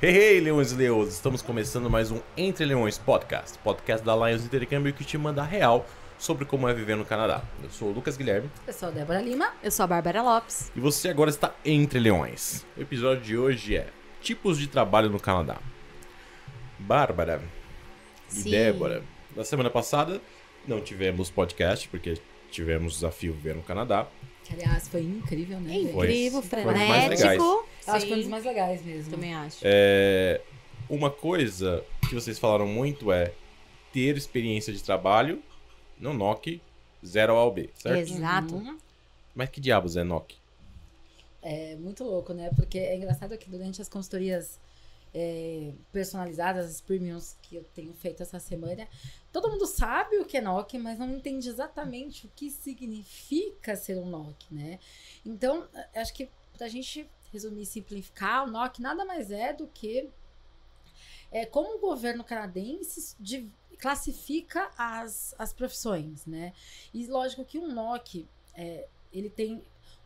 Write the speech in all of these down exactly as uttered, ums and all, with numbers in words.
Hey, hey, leões e leões! Estamos começando mais um Entre Leões Podcast, podcast da Lions Intercâmbio que te manda real sobre como é viver no Canadá. Eu sou o Lucas Guilherme. Eu sou a Débora Lima. Eu sou a Bárbara Lopes. E você agora está Entre Leões. O episódio de hoje é Tipos de Trabalho no Canadá. Bárbara Sim. e Débora, na semana passada não tivemos podcast porque tivemos desafio Viver no Canadá. Que, aliás, foi incrível, né? gente? Incrível, Foi um dos mais legais. frenético. Acho que foi um dos Sim, mais legais mesmo. também acho. É, uma coisa que vocês falaram muito é ter experiência de trabalho no N O C zero A ao B, certo? Exato. Uhum. Mas que diabos é N O C? É muito louco, né? Porque é engraçado que durante as consultorias é, personalizadas, as premiums que eu tenho feito essa semana, todo mundo sabe o que é N O C, mas não entende exatamente o que significa ser um N O C, né? Então, acho que pra gente resumir e simplificar, o N O C nada mais é do que é, como o governo canadense de, classifica as, as profissões, né? E lógico que um N O C, é, ele tem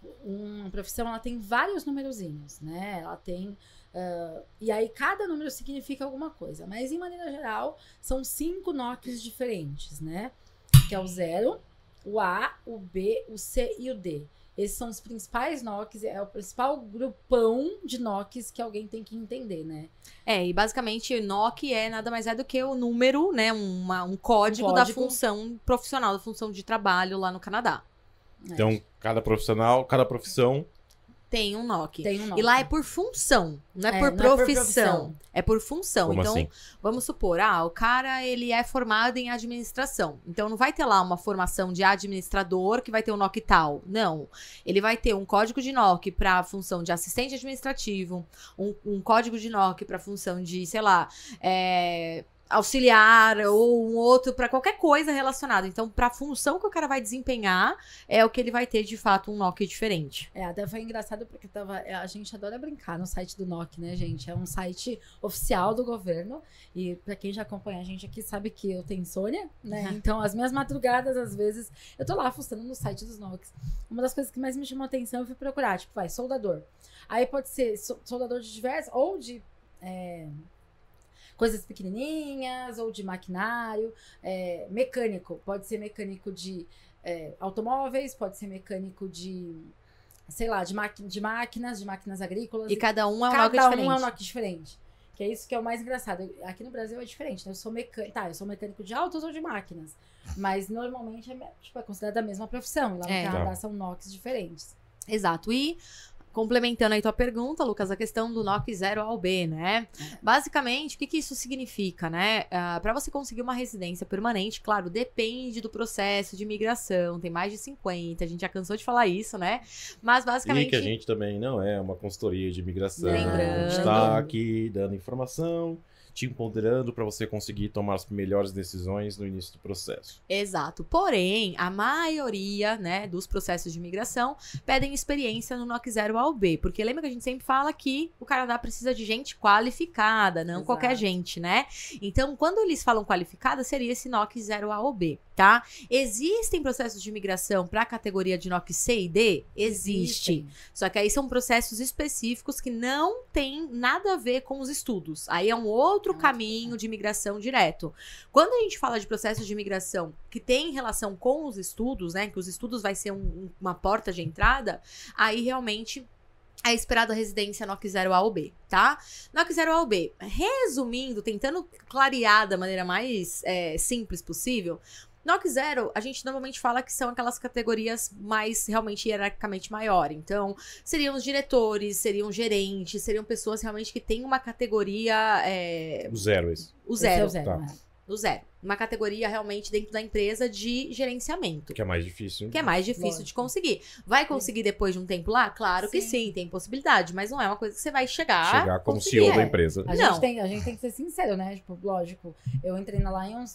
uma profissão, ela tem vários numerozinhos, né? Ela tem uh, e aí cada número significa alguma coisa, mas em maneira geral são cinco N O Cs diferentes, né? Que é o zero, o A, o B, o C e o D. Esses são os principais N O Cs, é o principal grupão de N O Cs que alguém tem que entender, né? É, e basicamente N O C é nada mais é do que o número, né? Uma, um código, Um da código. função profissional, da função de trabalho lá no Canadá. Então, cada profissional, cada profissão... Tem um N O C. Tem um N O C. E lá é por função, não é, É, por, não é por profissão, profissão. é por função. Como Então, assim? vamos supor, ah, o cara, ele é formado em administração. Então, não vai ter lá uma formação de administrador que vai ter um N O C tal. Não. Ele vai ter um código de N O C para a função de assistente administrativo, um, um código de N O C para a função de, sei lá, é... auxiliar ou um outro para qualquer coisa relacionada. Então, para a função que o cara vai desempenhar, é o que ele vai ter, de fato, um N O C diferente. É, até foi engraçado porque tava, a gente adora brincar no site do N O C, né, gente? É um site oficial do governo. E pra quem já acompanha a gente aqui sabe que eu tenho insônia, né? Então, as minhas madrugadas, às vezes, eu tô lá fuçando no site dos N O Cs. Uma das coisas que mais me chamou a atenção, eu fui procurar, tipo, vai, soldador. Aí pode ser so- soldador de diversos, ou de... É, coisas pequenininhas, ou de maquinário, é, mecânico, pode ser mecânico de é, automóveis, pode ser mecânico de, sei lá, de, maqui- de máquinas, de máquinas agrícolas. E cada um é um N O C Cada diferente. um é um N O C diferente. Que é isso que é o mais engraçado. Eu- Aqui no Brasil é diferente, né? Eu sou mecânico, tá, eu sou mecânico de autos ou de máquinas, mas normalmente é, me- tipo, é considerada a mesma profissão. E lá no É. Canadá Tá. são N O Cs diferentes. Exato. E complementando aí tua pergunta, Lucas, a questão do N O C zero ao B, né? Basicamente, o que, que isso significa, né? Uh, para você conseguir uma residência permanente, claro, depende do processo de imigração, tem mais de cinquenta, a gente já cansou de falar isso, né? Mas E basicamente... que a gente também não é uma consultoria de imigração. Lembrando. A gente está aqui dando informação, te empoderando para você conseguir tomar as melhores decisões no início do processo. Exato. Porém, a maioria, né, dos processos de imigração pedem experiência no N O C zero ao B, porque lembra que a gente sempre fala que o Canadá precisa de gente qualificada, não Exato. qualquer gente, né? Então, quando eles falam qualificada, seria esse N O C zero ao B, tá? Existem processos de imigração para a categoria de N O C C e D? Existe. Existem. Só que aí são processos específicos que não tem nada a ver com os estudos. Aí é um outro É um caminho de imigração direto. Quando a gente fala de processos de imigração que tem relação com os estudos, né, que os estudos vai ser um- um- uma porta de entrada, aí realmente é esperada a residência N O C zero A ou B, tá? N O C zero A ou B, resumindo, tentando clarear da maneira mais é, simples possível, N O C zero, a gente normalmente fala que são aquelas categorias mais realmente hierarquicamente maior. Então, seriam os diretores, seriam gerentes, seriam pessoas realmente que têm uma categoria, é, O zero, esse. o Esse é zero, o zero, Tá. né? o zero. Uma categoria realmente dentro da empresa de gerenciamento. Que é mais difícil. Que é mais difícil Lógico. de conseguir. Vai conseguir depois de um tempo lá? Claro que Sim. sim, tem possibilidade. Mas não é uma coisa que você vai chegar. Chegar como conseguir. C E O da É. empresa. A Não. gente, tem, a gente tem que ser sincero, né? Tipo, lógico, eu entrei na Lions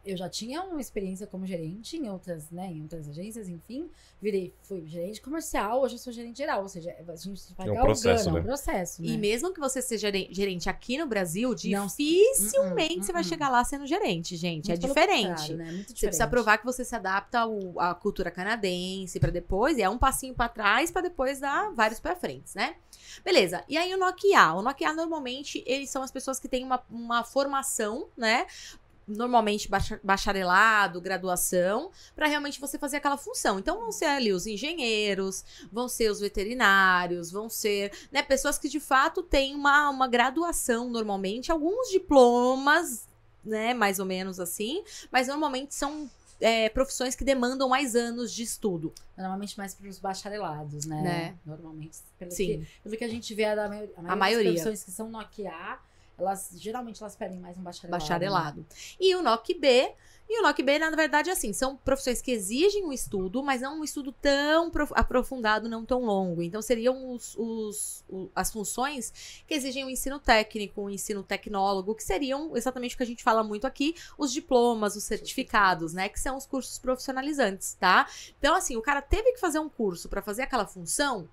eu já tinha uma experiência como gerente em outras, né, em outras agências, enfim. Virei, fui gerente comercial, hoje eu sou gerente geral. Ou seja, a gente vai É um galgando, processo, né? é um processo, né? E mesmo que você seja gerente aqui no Brasil, Não. dificilmente Uh-uh, você vai uh-uh. chegar lá sendo gerente, gente. Muito é pelo diferente. contrário, né? Muito Você diferente. precisa provar que você se adapta ao- à cultura canadense pra depois, e é um passinho pra trás pra depois dar vários pra frente, né? Beleza. E aí o Nokia. O Nokia, normalmente, eles são as pessoas que têm uma, uma formação, né? Normalmente bacha- bacharelado, graduação, para realmente você fazer aquela função. Então vão ser ali os engenheiros, vão ser os veterinários, vão ser, né, pessoas que de fato têm uma, uma graduação normalmente, alguns diplomas, né, mais ou menos assim, mas normalmente são é, profissões que demandam mais anos de estudo. Normalmente mais para os bacharelados, né? Né? Normalmente. Pelo Sim. Que, pelo que a gente vê, a, da, maioria, a maioria, maioria. das profissões que são Nokia, elas geralmente elas pedem mais um bacharelado. Bacharelado. Né? E o N O C B, e o N O C B, na verdade, assim, são profissões que exigem um estudo, mas não um estudo tão prof- aprofundado, não tão longo. Então, seriam os, os, o- as funções que exigem o ensino técnico, o ensino tecnólogo, que seriam exatamente o que a gente fala muito aqui, os diplomas, os certificados, né? Que são os cursos profissionalizantes, tá? Então, assim, o cara teve que fazer um curso para fazer aquela função,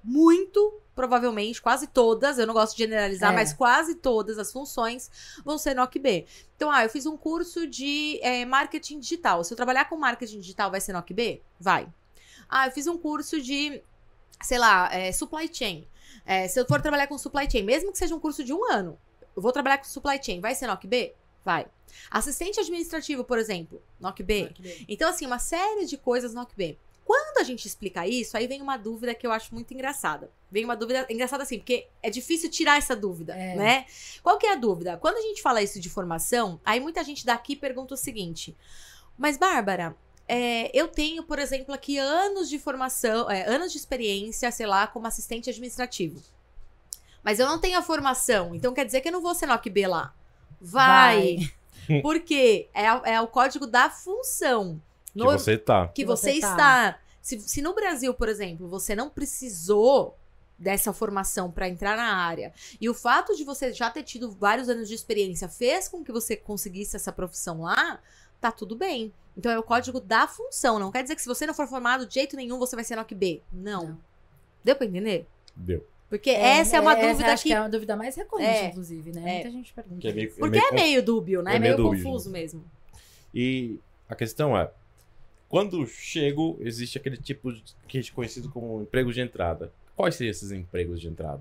muito provavelmente, quase todas, eu não gosto de generalizar, É. mas quase todas as funções vão ser N O C B. Então, ah, eu fiz um curso de é, marketing digital. Se eu trabalhar com marketing digital, vai ser N O C B? Vai. Ah, eu fiz um curso de, sei lá, é, supply chain. É, se eu for trabalhar com supply chain, mesmo que seja um curso de um ano, eu vou trabalhar com supply chain, vai ser N O C B? Vai. Assistente administrativo, por exemplo, N O C B. Nokia. Então, assim, uma série de coisas N O C B. Quando a gente explica isso, aí vem uma dúvida que eu acho muito engraçada. Vem uma dúvida engraçada assim, porque é difícil tirar essa dúvida, É. né? Qual que é a dúvida? Quando a gente fala isso de formação, aí muita gente daqui pergunta o seguinte: mas, Bárbara, é, eu tenho, por exemplo, aqui anos de formação, é, anos de experiência, sei lá, como assistente administrativo. Mas eu não tenho a formação, então quer dizer que eu não vou ser N O C B lá. Vai! Vai. Porque é, a- é o código da função. Que No- você tá. que Que você, você tá. está. Se, se no Brasil, por exemplo, você não precisou dessa formação para entrar na área, e o fato de você já ter tido vários anos de experiência fez com que você conseguisse essa profissão lá, tá tudo bem. Então é o código da função. Não quer dizer que se você não for formado de jeito nenhum, você vai ser N O C B. Não. Não. Deu pra entender? Deu. Porque essa é uma essa dúvida acho que. que é uma dúvida mais recorrente, É. inclusive, né? É. Muita gente pergunta. Que é meio- isso. Porque é meio dúbio, né? é É meio meio dúbio. confuso mesmo. E a questão é, quando chego, existe aquele tipo de, que é conhecido como emprego de entrada. Quais seriam esses empregos de entrada?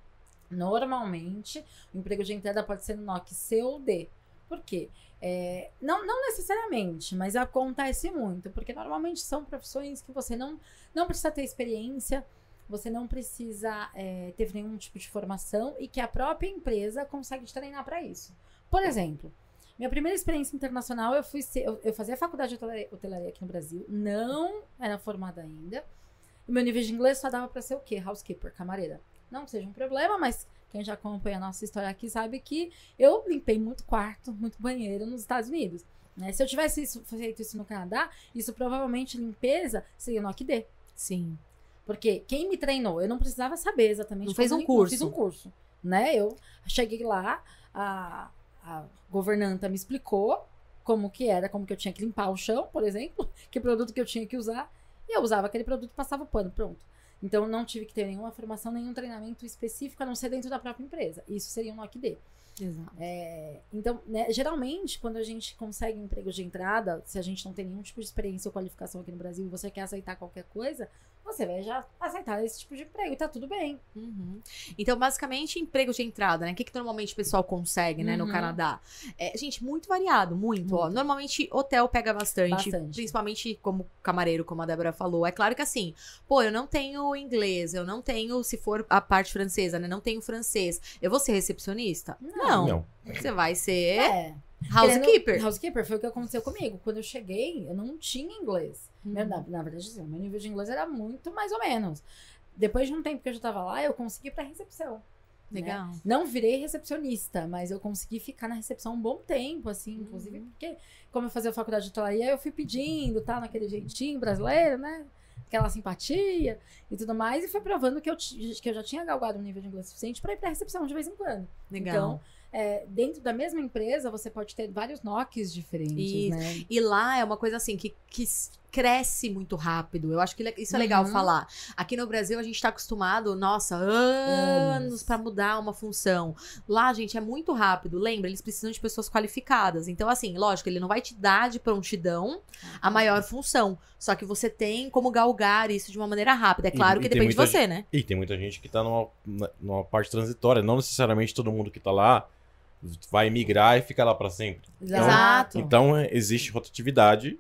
Normalmente, o emprego de entrada pode ser no N O C C ou D. Por quê? É, não, não necessariamente, mas acontece muito. Porque normalmente são profissões que você não, não precisa ter experiência, você não precisa é, ter nenhum tipo de formação e que a própria empresa consegue te treinar para isso. Por exemplo, minha primeira experiência internacional, eu fui ser, eu, eu fazia faculdade de hotelaria, hotelaria aqui no Brasil, não era formada ainda. E meu nível de inglês só dava para ser o quê? Housekeeper, camareira. Não seja um problema, mas quem já acompanha a nossa história aqui sabe que eu limpei muito quarto, muito banheiro nos Estados Unidos. Né? Se eu tivesse isso, feito isso no Canadá, isso provavelmente limpeza seria no N O C D. Sim. Porque quem me treinou, eu não precisava saber exatamente. Não fez como um lim- curso. Não fiz um curso. Né? Eu cheguei lá, a, a governanta me explicou como que era, como que eu tinha que limpar o chão, por exemplo, que produto que eu tinha que usar. E eu usava aquele produto e passava o pano, pronto. Então, não tive que ter nenhuma formação, nenhum treinamento específico, a não ser dentro da própria empresa. Isso seria um N O C D. Exato. É, então, né, geralmente, quando a gente consegue um emprego de entrada, se a gente não tem nenhum tipo de experiência ou qualificação aqui no Brasil e você quer aceitar qualquer coisa, você vai já aceitar esse tipo de emprego e tá tudo bem. Uhum. Então, basicamente, emprego de entrada, né? O que, que normalmente o pessoal consegue, né, no Uhum. Canadá? É, gente, muito variado, muito. Ó. Muito. Normalmente, hotel pega bastante, Bastante. principalmente como camareiro, como a Débora falou. É claro que assim, pô, eu não tenho inglês, eu não tenho, se for a parte francesa, né? Não tenho francês. Eu vou ser recepcionista? Não. Não. Você vai ser É. housekeeper. Querendo- Housekeeper foi o que aconteceu comigo. Quando eu cheguei, eu não tinha inglês. Uhum. Meu- Na, na verdade, assim, meu nível de inglês era muito mais ou menos. Depois de um tempo que eu já tava lá, eu consegui ir pra recepção. né? Legal. Não virei recepcionista, mas eu consegui ficar na recepção um bom tempo, assim, Uhum. inclusive, porque como eu fazia faculdade de hotelaria, eu fui pedindo, tá, naquele jeitinho brasileiro, né? Aquela simpatia e tudo mais, e foi provando que eu, ti- que eu já tinha galgado um nível de inglês suficiente pra ir pra recepção de vez em quando. Legal. Então, é, dentro da mesma empresa, você pode ter vários N O Cs diferentes, Isso. né? E lá é uma coisa assim que, que cresce muito rápido. Eu acho que isso é legal Uhum. falar. Aqui no Brasil a gente tá acostumado, nossa, anos, Anos. pra mudar uma função. Lá, gente, é muito rápido. Lembra, eles precisam de pessoas qualificadas. Então, assim, lógico, ele não vai te dar de prontidão a maior função. Só que você tem como galgar isso de uma maneira rápida. É claro E- que e tem depende de muita você, né? E tem muita gente que tá numa, na- numa parte transitória. Não necessariamente todo mundo que tá lá vai migrar e ficar lá pra sempre. Exato. Então, é, existe rotatividade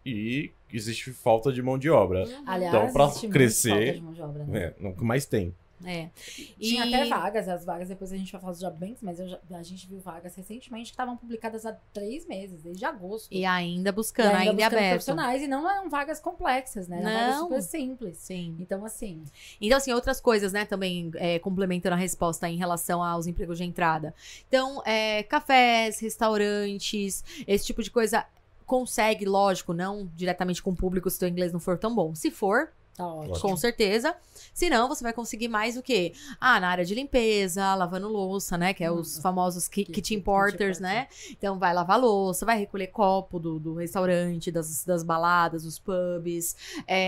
e existe falta de mão de obra. Aliás, Então, pra existe muito crescer, falta de mão de obra, né? É, não- o que mais tem. É. Tinha E- até vagas, as vagas, depois a gente vai falar dos job banks, mas eu já- a gente viu vagas recentemente que estavam publicadas há três meses, desde agosto. E ainda E buscando, ainda, buscando é aberto. profissionais, e não eram vagas complexas, né? Eram vagas Não. super simples. Sim. Então, assim, Então, assim, outras coisas, né, também é, complementando a resposta em relação aos empregos de entrada. Então, é, cafés, restaurantes, esse tipo de coisa consegue, lógico, não diretamente com o público se o teu inglês não for tão bom. Se for, tá ótimo. Ótimo. com certeza. Se não, você vai conseguir mais o quê? Ah, na área de limpeza, lavando louça, né? Que é os Hum. famosos ki- Kitchen- kitchen kitchen porters, porter. né? Então, vai lavar louça, vai recolher copo do, do restaurante, das, das baladas, dos pubs.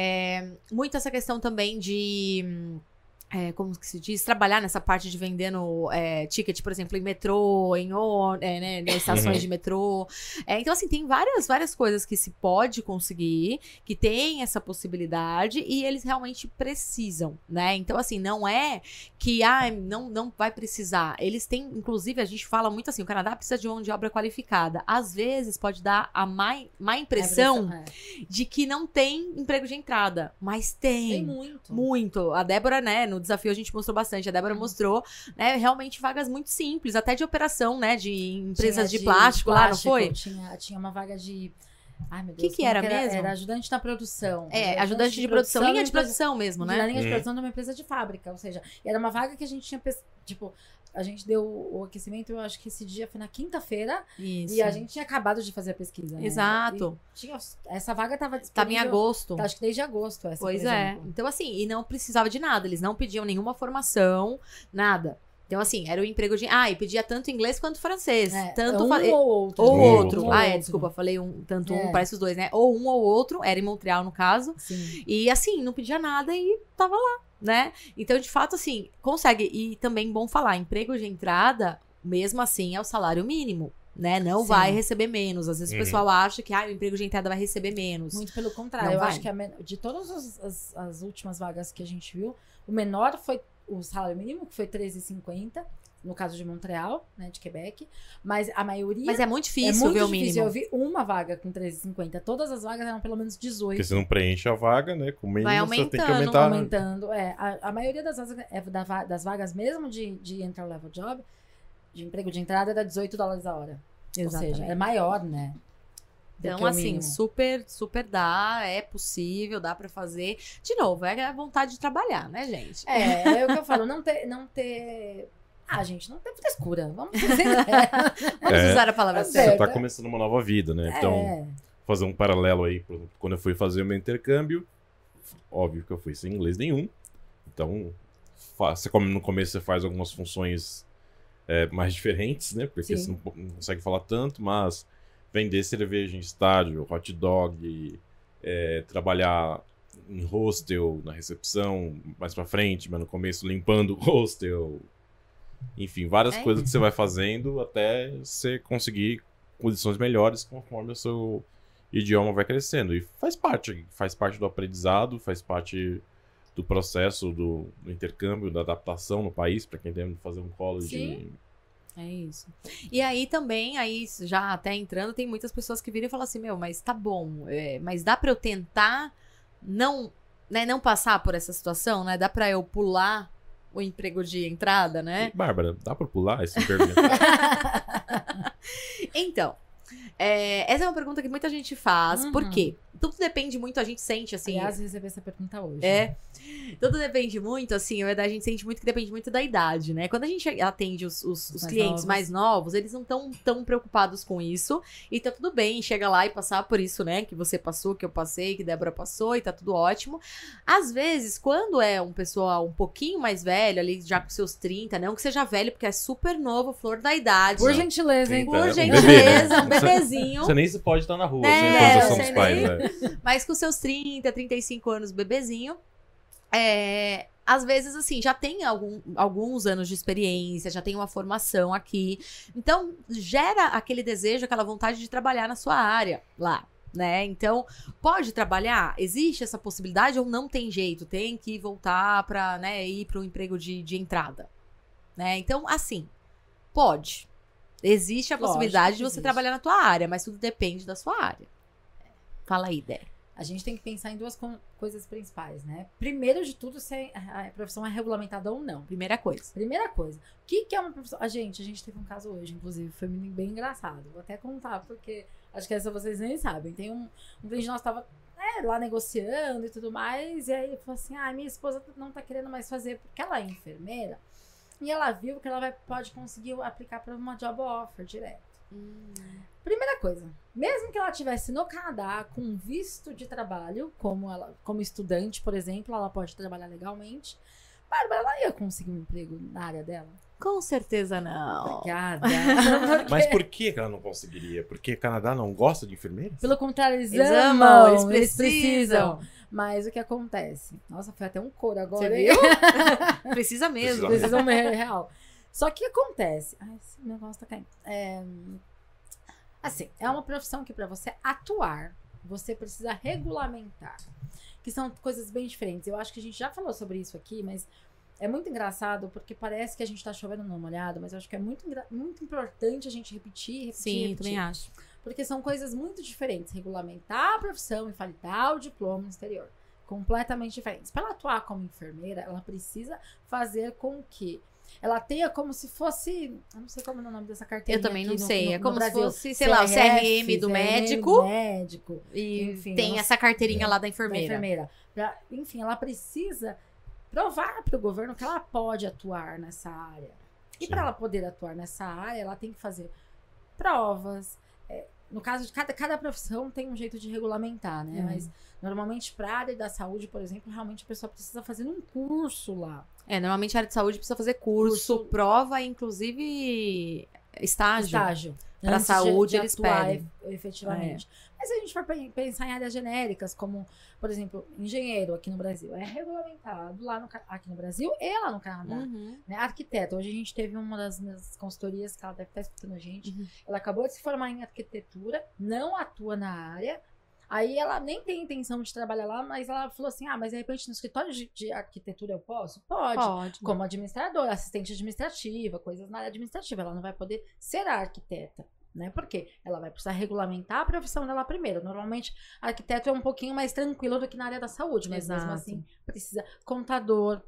É, muito essa questão também de... hum, é, como que se diz? Trabalhar nessa parte de vendendo é, ticket, por exemplo, em metrô, em, ô- é, né, em estações Uhum. de metrô. É, então, assim, tem várias, várias coisas que se pode conseguir, que tem essa possibilidade e eles realmente precisam, né? Então, assim, não é que, ah, não, não vai precisar. Eles têm, inclusive, a gente fala muito assim, o Canadá precisa de mão de obra qualificada. Às vezes, pode dar a má, má impressão É, de que não tem emprego de entrada, mas tem tem. muito. Muito. A Débora, né, no desafio a gente mostrou bastante. A Débora mostrou, né, realmente vagas muito simples, até de operação, né, de empresas Tinha de, plástico, lá, não foi? Tinha, tinha uma vaga de... Ai, meu Que Deus. que como era mesmo? Era ajudante na produção. É, ajudante de produção, linha de numa empresa- produção mesmo, Na né? linha de Uhum. produção de uma empresa de fábrica. Ou seja, era uma vaga que a gente tinha... pes- Tipo, a gente deu o aquecimento, eu acho que esse dia foi na quinta-feira. Isso. E a gente tinha acabado de fazer a pesquisa, né? Exato. E tinha, essa vaga tava disponível... Tava em agosto. Tá, acho que desde agosto essa, Pois por é. exemplo. Então, assim, e não precisava de nada. Eles não pediam nenhuma formação, nada. Então, assim, era o emprego de... Ah, e pedia tanto inglês quanto francês. É, tanto um fa- ou outro. Ou Um outro. ou Ah, é, outro. desculpa, falei um, tanto um, É. parece os dois, né? Ou um ou outro, era em Montreal no caso. Sim. E assim, não pedia nada e tava lá, né? Então, de fato, assim, consegue. E também, bom falar, emprego de entrada, mesmo assim, é o salário mínimo, né? Não Sim. vai receber menos. Às vezes Uhum. o pessoal acha que ah, o emprego de entrada vai receber menos. Muito pelo contrário. Não eu vai. acho que a men- de todas as, as, as últimas vagas que a gente viu, o menor foi o salário mínimo, que foi treze e cinquenta, no caso de Montreal, né, de Quebec. Mas a maioria... Mas é muito é difícil muito ver o difícil. mínimo. Eu vi uma vaga com treze e cinquenta. Todas as vagas eram pelo menos Porque dezoito. você não preenche a vaga, né? Com o mínimo, Vai você tem que aumentando, aumentar. Aumentando. É, a, a maioria das vagas, é da va- das vagas mesmo de, de entry-level job, de emprego de entrada, era dezoito dólares a hora. Ou seja, é maior, né? do Então, que o assim, mínimo. super, super dá, é possível, dá pra fazer. De novo, é a vontade de trabalhar, né, gente? É, é o que eu falo, não ter, não ter... Ah, gente, não tem frescura. Vamos dizer. Vamos É. usar a palavra É certa. Você tá Certo. começando uma nova vida, né? Então, É, fazer um paralelo aí, por exemplo, quando eu fui fazer o meu intercâmbio, óbvio que eu fui sem inglês nenhum. Então, fa- você come no começo você faz algumas funções é, mais diferentes, né? Porque Sim. você não, não consegue falar tanto, mas vender cerveja em estádio, hot dog, é, trabalhar em hostel, na recepção, mais pra frente, mas no começo limpando o hostel. Enfim, várias É coisas que você vai fazendo até você conseguir condições melhores conforme o seu idioma vai crescendo. E faz parte, faz parte do aprendizado, faz parte do processo do, do intercâmbio, da adaptação no país, para quem tem que fazer um college. Sim. É isso. E aí também, aí já até entrando, tem muitas pessoas que viram e falam assim, meu, mas tá bom, é, mas dá pra eu tentar não, né, não passar por essa situação, né? Dá pra eu pular o emprego de entrada, né? Bárbara, dá pra pular esse pergunta? Então, é, essa é uma pergunta que muita gente faz. Uhum. Por quê? tudo depende muito, a gente sente, assim... Aliás, recebi essa pergunta hoje. É, tudo depende muito, assim, a gente sente muito que depende muito da idade, né? Quando a gente atende os, os, os Mais clientes novos. mais novos, eles não estão tão preocupados com isso, e tá tudo bem, chega lá e passar por isso, né? Que você passou, que eu passei, que Débora passou, e tá tudo ótimo. Às vezes, quando é um pessoal um pouquinho mais velho, ali já com seus trinta, não que seja velho, porque é super novo, flor da idade. Por gentileza, hein? trinta, Por um gentileza, bebê, né? um bebezinho. Você nem se pode estar na rua, É, sem autorização você dos pais, nem- né? Mas com seus trinta, trinta e cinco anos, bebezinho, é, às vezes, assim, já tem algum, alguns anos de experiência, já tem uma formação aqui. Então, gera aquele desejo, aquela vontade de trabalhar na sua área lá, né? Então, pode trabalhar? Existe essa possibilidade ou não tem jeito? Tem que voltar para, né, ir para o emprego de, de entrada, né? Então, assim, pode. Existe a Lógico possibilidade que de você existe. trabalhar na tua área, mas tudo depende da sua área. Fala aí, Dé. A gente tem que pensar em duas co- coisas principais, né? Primeiro de tudo, se a a profissão é regulamentada ou não. Primeira coisa. Primeira coisa, o que, que é uma profissão? A gente, a gente teve um caso hoje, inclusive, foi bem engraçado. Vou até contar, porque acho que essa vocês nem sabem. Tem um, um cliente nosso tava é, lá negociando e tudo mais, e aí ele falou assim: ah, minha esposa não tá querendo mais fazer porque ela é enfermeira, e ela viu que ela vai, pode conseguir aplicar para uma job offer direto. Primeira coisa, mesmo que ela estivesse no Canadá com visto de trabalho, como, ela, como estudante, por exemplo, ela pode trabalhar legalmente. Bárbara, ela ia conseguir um emprego na área dela? Com certeza não. Obrigada. Mas por que que ela não conseguiria? Porque o Canadá não gosta de enfermeiras? Pelo contrário, eles, Eles amam, amam, eles eles precisam. precisam. Mas o que acontece? Nossa, foi até um coro agora. Você hein? viu? Precisa mesmo. Precisa. Precisam mesmo, é real. Só que acontece. Ai, esse negócio tá caindo. É, assim, é uma profissão que para você atuar, você precisa regulamentar. Que são coisas bem diferentes. Eu acho que a gente já falou sobre isso aqui, mas é muito engraçado porque parece que a gente tá chovendo numa molhada, mas eu acho que é muito, engra- muito importante a gente repetir, repetir, Sim, repetir. também acho. Porque são coisas muito diferentes. Regulamentar a profissão e validar o diploma no exterior. Completamente diferentes. Para ela atuar como enfermeira, ela precisa fazer com que ela tenha como se fosse... Eu não sei como é o nome dessa carteira. Eu também não sei. É como se fosse, sei lá, o C C R R F, M do C R M médico. do médico. E Enfim, tem ela- essa carteirinha lá da Da enfermeira. enfermeira. Pra- enfim, ela precisa provar para o governo que ela pode atuar nessa área. E Sim. para ela poder atuar nessa área, ela tem que fazer provas. É, no caso de cada, cada profissão tem um jeito de regulamentar, né? É. Mas normalmente para a área da saúde, por exemplo, realmente a pessoa precisa fazer um curso lá. É, normalmente a área de saúde precisa fazer curso, Curso. prova, inclusive estágio. Estágio. Pra Antes de- saúde, de eles atuar pedem. e- efetivamente. Mas se a gente for pe- pensar em áreas genéricas, como, por exemplo, engenheiro aqui no Brasil, é regulamentado lá no, Ca- aqui no Brasil e lá no Canadá. Uhum. Né? Arquiteto, hoje a gente teve uma das minhas consultorias, que ela deve estar escutando a gente. Uhum. Ela acabou de se formar em arquitetura, não atua na área. Aí ela nem tem intenção de trabalhar lá, mas ela falou assim: ah, mas de repente no escritório de, de arquitetura eu posso? Pode. Pode. Como administradora, assistente administrativa, coisas na área administrativa. Ela não vai poder ser a arquiteta. Né? Por quê? Ela vai precisar regulamentar a profissão dela primeiro. Normalmente, arquiteto é um pouquinho mais tranquilo do que na área da saúde, mas mesmo Exato. assim precisa contador.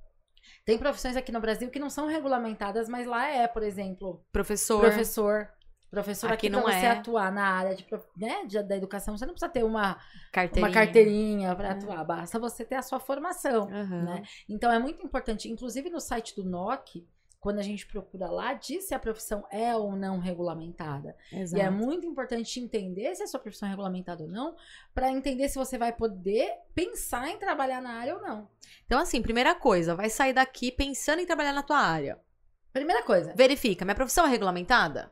Tem profissões aqui no Brasil que não são regulamentadas, mas lá é, por exemplo, Professor. professor. Professor aqui, Aqui não não pra você é. atuar na área de, prof- né, de- da educação, você não precisa ter uma, Carteirinha. uma carteirinha para É. atuar, basta você ter a sua formação. Aham. Né? Então é muito importante, inclusive no site do N O C, quando a gente procura lá, diz se a profissão é ou não regulamentada. Exato. E é muito importante entender se a sua profissão é regulamentada ou não, para entender se você vai poder pensar em trabalhar na área ou não. Então, assim, primeira coisa, vai sair daqui pensando em trabalhar na tua área. Primeira coisa. Verifica, minha profissão é regulamentada?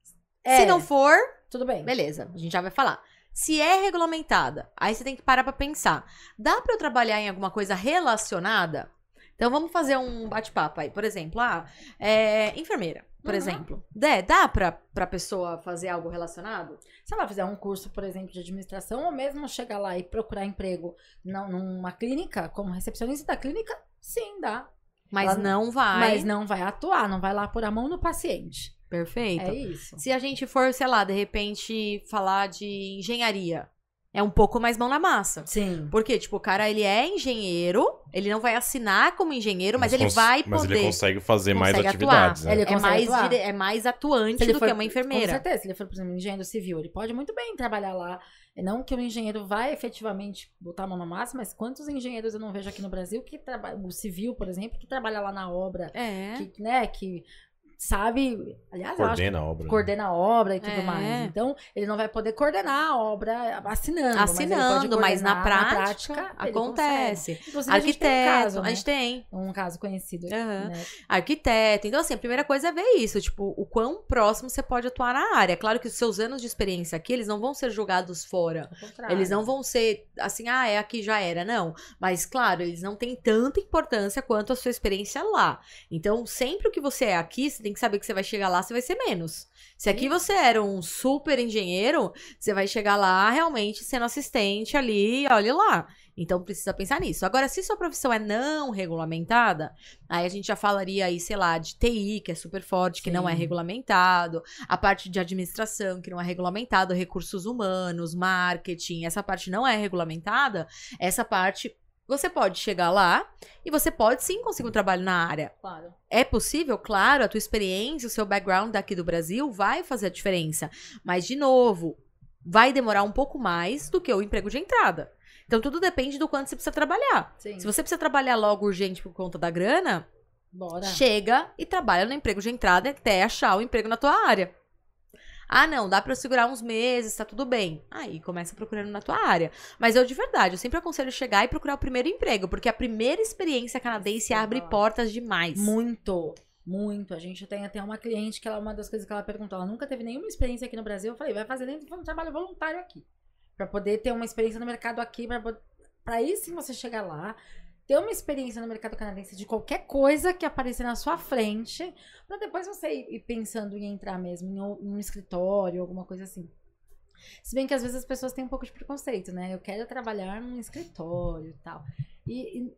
É, Se não for, tudo bem. beleza, a gente já vai falar. Se é regulamentada, aí você tem que parar pra pensar. Dá pra eu trabalhar em alguma coisa relacionada? Então vamos fazer um bate-papo aí. Por exemplo, ah, é, enfermeira, por Uhum. exemplo. Dé, dá pra, pra pessoa fazer algo relacionado? Se ela fizer um curso, por exemplo, de administração, ou mesmo chegar lá e procurar emprego não, numa clínica, como recepcionista da clínica, sim, dá. Mas Ela- não vai. Mas não vai atuar, não vai lá pôr a mão no paciente. Perfeito. É isso. Se a gente for, sei lá, de repente, falar de engenharia, É um pouco mais mão na massa. Sim. Porque, tipo, o cara, ele é engenheiro, ele não vai assinar como engenheiro, mas, mas ele vai poder... Mas ele consegue fazer consegue mais atuar. atividades, né? Ele É mais, atuar. dire... é mais atuante do for, que uma enfermeira. Com certeza, se ele for, por exemplo, engenheiro civil, ele pode muito bem trabalhar lá. Não que o engenheiro vai efetivamente botar a mão na massa, mas quantos engenheiros eu não vejo aqui no Brasil que trabalham, o civil, por exemplo, que trabalha lá na obra, É. que, né, que sabe, aliás, eu acho que Coordena a obra. coordena a obra e tudo É. mais. Então, ele não vai poder coordenar a obra assinando, Assinando, mas, mas, ele pode na coordenar, prática, na prática ele acontece. consegue. Inclusive, a gente tem um Arquiteto, caso, né? a gente tem. Um caso conhecido. Uhum. Né? Arquiteto. Então, assim, a primeira coisa é ver isso, tipo, o quão próximo você pode atuar na área. Claro que os seus anos de experiência aqui, eles não vão ser jogados fora. Ao contrário. Eles não vão ser assim, ah, é aqui, já era, não. Mas, claro, eles não têm tanta importância quanto a sua experiência lá. Então, sempre o que você é aqui, você tem que saber que você vai chegar lá, você vai ser menos. Se aqui você era um super engenheiro, você vai chegar lá realmente sendo assistente ali, olha lá. Então, precisa pensar nisso. Agora, se sua profissão é não regulamentada, aí a gente já falaria aí, sei lá, de T I, que é super forte, que Sim. não é regulamentado, a parte de administração, que não é regulamentado, recursos humanos, marketing, essa parte não é regulamentada, essa parte você pode chegar lá e você pode sim conseguir um trabalho na área. Claro. É possível? Claro, a tua experiência, o seu background daqui do Brasil vai fazer a diferença. Mas, de novo, vai demorar um pouco mais do que o emprego de entrada. Então, tudo depende do quanto você precisa trabalhar. Sim. Se você precisa trabalhar logo urgente por conta da grana, Bora. chega e trabalha no emprego de entrada até achar o emprego na tua área. Ah, não, dá pra eu segurar uns meses, tá tudo bem. Aí, começa procurando na tua área. Mas eu, de verdade, eu sempre aconselho chegar e procurar o primeiro emprego, porque a primeira experiência canadense Sim, abre vai lá. portas demais. Muito, muito. A gente tem até uma cliente que ela, uma das coisas que ela perguntou, ela nunca teve nenhuma experiência aqui no Brasil. Eu falei, vai fazer dentro de um trabalho voluntário aqui. Pra poder ter uma experiência no mercado aqui, pra, pra aí sim você chegar lá, ter uma experiência no mercado canadense de qualquer coisa que aparecer na sua frente, pra depois você ir pensando em entrar mesmo em um, em um escritório, alguma coisa assim. Se bem que às vezes as pessoas têm um pouco de preconceito, né? Eu quero trabalhar num escritório e tal. E, e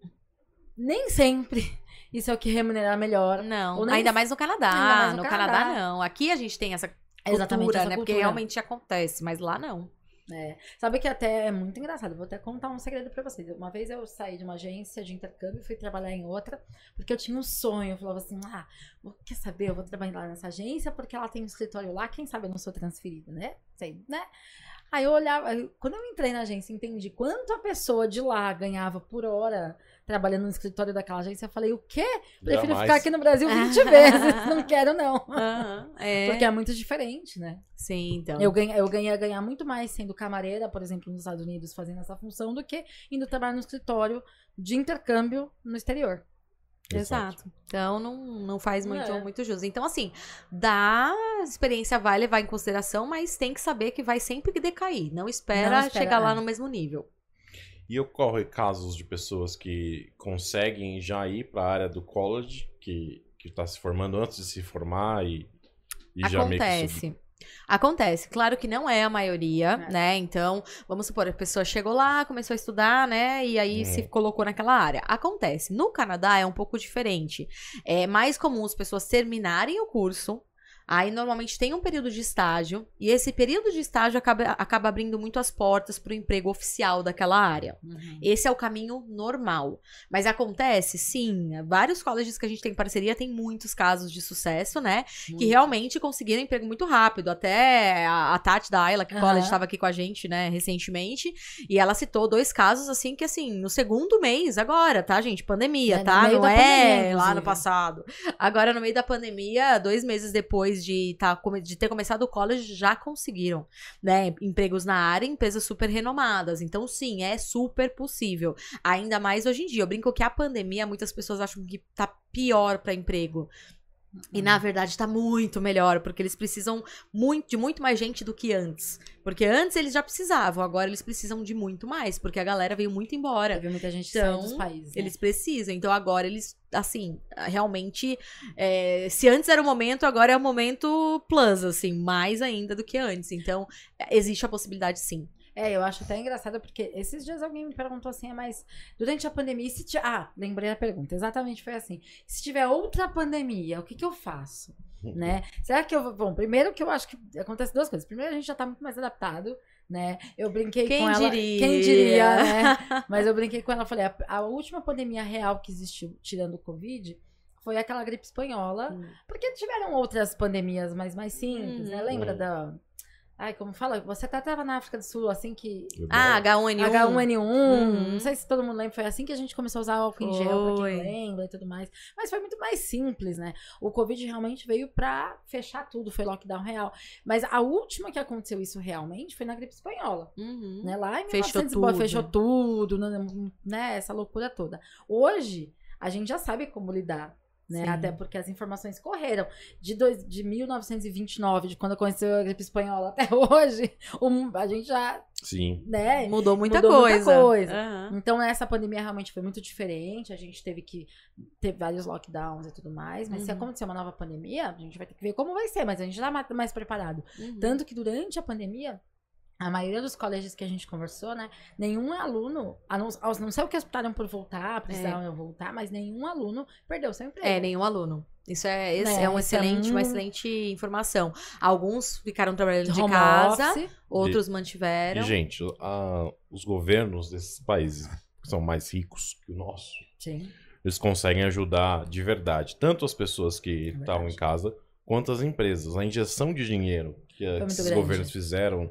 nem sempre isso é o que remunerar melhor. Não, Ou nem- ainda mais no Canadá. Ainda mais no no Canadá. Canadá. não. Aqui a gente tem essa cultura, Exatamente, essa né? Porque cultura. realmente acontece, mas lá não. É. Sabe que até é muito engraçado, vou até contar um segredo pra vocês. Uma vez eu saí de uma agência de intercâmbio e fui trabalhar em outra, porque eu tinha um sonho. Eu falava assim, ah, quer saber, eu vou trabalhar lá nessa agência porque ela tem um escritório lá, quem sabe eu não sou transferida, né? Sei, né? Aí eu olhava, aí, quando eu entrei na agência e entendi quanto a pessoa de lá ganhava por hora trabalhando no escritório daquela agência, eu falei, o quê? Prefiro Jamais. ficar aqui no Brasil vinte vezes, não quero não. Aham, é. Porque é muito diferente, né? Sim, então. Eu ganhei, eu ganhei a ganhar muito mais sendo camareira, por exemplo, nos Estados Unidos, fazendo essa função, do que indo trabalhar no escritório de intercâmbio no exterior. Exato. Então não, não faz muito, É. muito jus. Então, assim, da experiência vai levar em consideração, mas tem que saber que vai sempre que decair. Não espera, Não espera, chegar lá é. no mesmo nível. E ocorre casos de pessoas que conseguem já ir para a área do college, que que está se formando antes de se formar e, e já meio que sub- Acontece. Acontece. Claro que não é a maioria, É. né? Então, vamos supor, a pessoa chegou lá, começou a estudar, né? E aí Uhum. se colocou naquela área. Acontece. No Canadá é um pouco diferente. É mais comum as pessoas terminarem o curso. Aí, normalmente, tem um período de estágio. E esse período de estágio acaba, acaba abrindo muito as portas para o emprego oficial daquela área. Esse é o caminho normal. Mas acontece, sim. Vários colleges que a gente tem parceria tem muitos casos de sucesso, né? Que realmente conseguiram emprego muito rápido. Até a, a Tati da Ayla, que Aham. college estava aqui com a gente, né, recentemente. E ela citou dois casos, assim, que assim, no segundo mês, agora, tá, gente? Pandemia, É, no tá? meio Não da é pandemia, lá no inclusive. passado. Agora, no meio da pandemia, dois meses depois de, tá, come- de ter começado o college, já conseguiram, né? Empregos na área, empresas super renomadas. Então, sim, é super possível. Ainda mais hoje em dia. Eu brinco que a pandemia, muitas pessoas acham que tá pior para emprego. E, na verdade, tá muito melhor, porque eles precisam muito, de muito mais gente do que antes. Porque antes eles já precisavam, agora eles precisam de muito mais, porque a galera veio muito embora. Teve muita gente que Então, saiu dos países. né? Eles precisam. Então, agora eles, assim, realmente, é, se antes era o momento, agora é o momento plus, assim, mais ainda do que antes. Então, existe a possibilidade, sim. É, eu acho até engraçado, porque esses dias alguém me perguntou assim, ah, mas durante a pandemia, e se ti- ah, lembrei a pergunta, exatamente foi assim, se tiver outra pandemia, o que que eu faço? né? Será que eu vou... Bom, primeiro que eu acho que acontece duas coisas. Primeiro, a gente já tá muito mais adaptado, né? Eu brinquei Quem com ela... diria? Quem diria, né? Mas eu brinquei com ela, falei, a, a última pandemia real que existiu, tirando o Covid, foi aquela gripe espanhola. Hum. Porque tiveram outras pandemias mais, mais simples, Hum. né? Lembra Hum. da... Ai, como fala? Você até tava na África do Sul, assim que... Ah, H um N um. H um N um, Uhum. não sei se todo mundo lembra, foi assim que a gente começou a usar álcool em gel, pra Foi. quem lembra e tudo mais. Mas foi muito mais simples, né? O Covid realmente veio pra fechar tudo, foi lockdown real. Mas a última que aconteceu isso realmente foi na gripe espanhola, Uhum. né? Lá em Fechou mil e novecentos e pouco, tudo. fechou tudo, né? Essa loucura toda. Hoje, a gente já sabe como lidar. Né? Sim. Até porque as informações correram. De, dois, de mil novecentos e vinte e nove, de quando aconteceu a gripe espanhola até hoje, um, a gente já, Sim. né? Mudou muita Mudou muita coisa. coisa. Aham. Então, essa pandemia realmente foi muito diferente. A gente teve que ter vários lockdowns e tudo mais. Mas se Uhum. acontecer uma nova pandemia, a gente vai ter que ver como vai ser. Mas a gente tá ma- mais preparado. Uhum. Tanto que durante a pandemia, a maioria dos colégios que a gente conversou, né? Nenhum aluno, a não, a não sei o que optaram por voltar, precisaram voltar, mas nenhum aluno perdeu seu emprego. É, nenhum aluno. Isso é, esse Né, é um isso é excelente, uma um- excelente informação. Alguns ficaram trabalhando de Home casa, office. outros E, mantiveram. gente, a- os governos desses países que são mais ricos que o nosso, Sim. eles conseguem ajudar de verdade, tanto as pessoas que É estavam em verdade. casa, quanto as empresas. A injeção de dinheiro que eh, muito esses grande. governos fizeram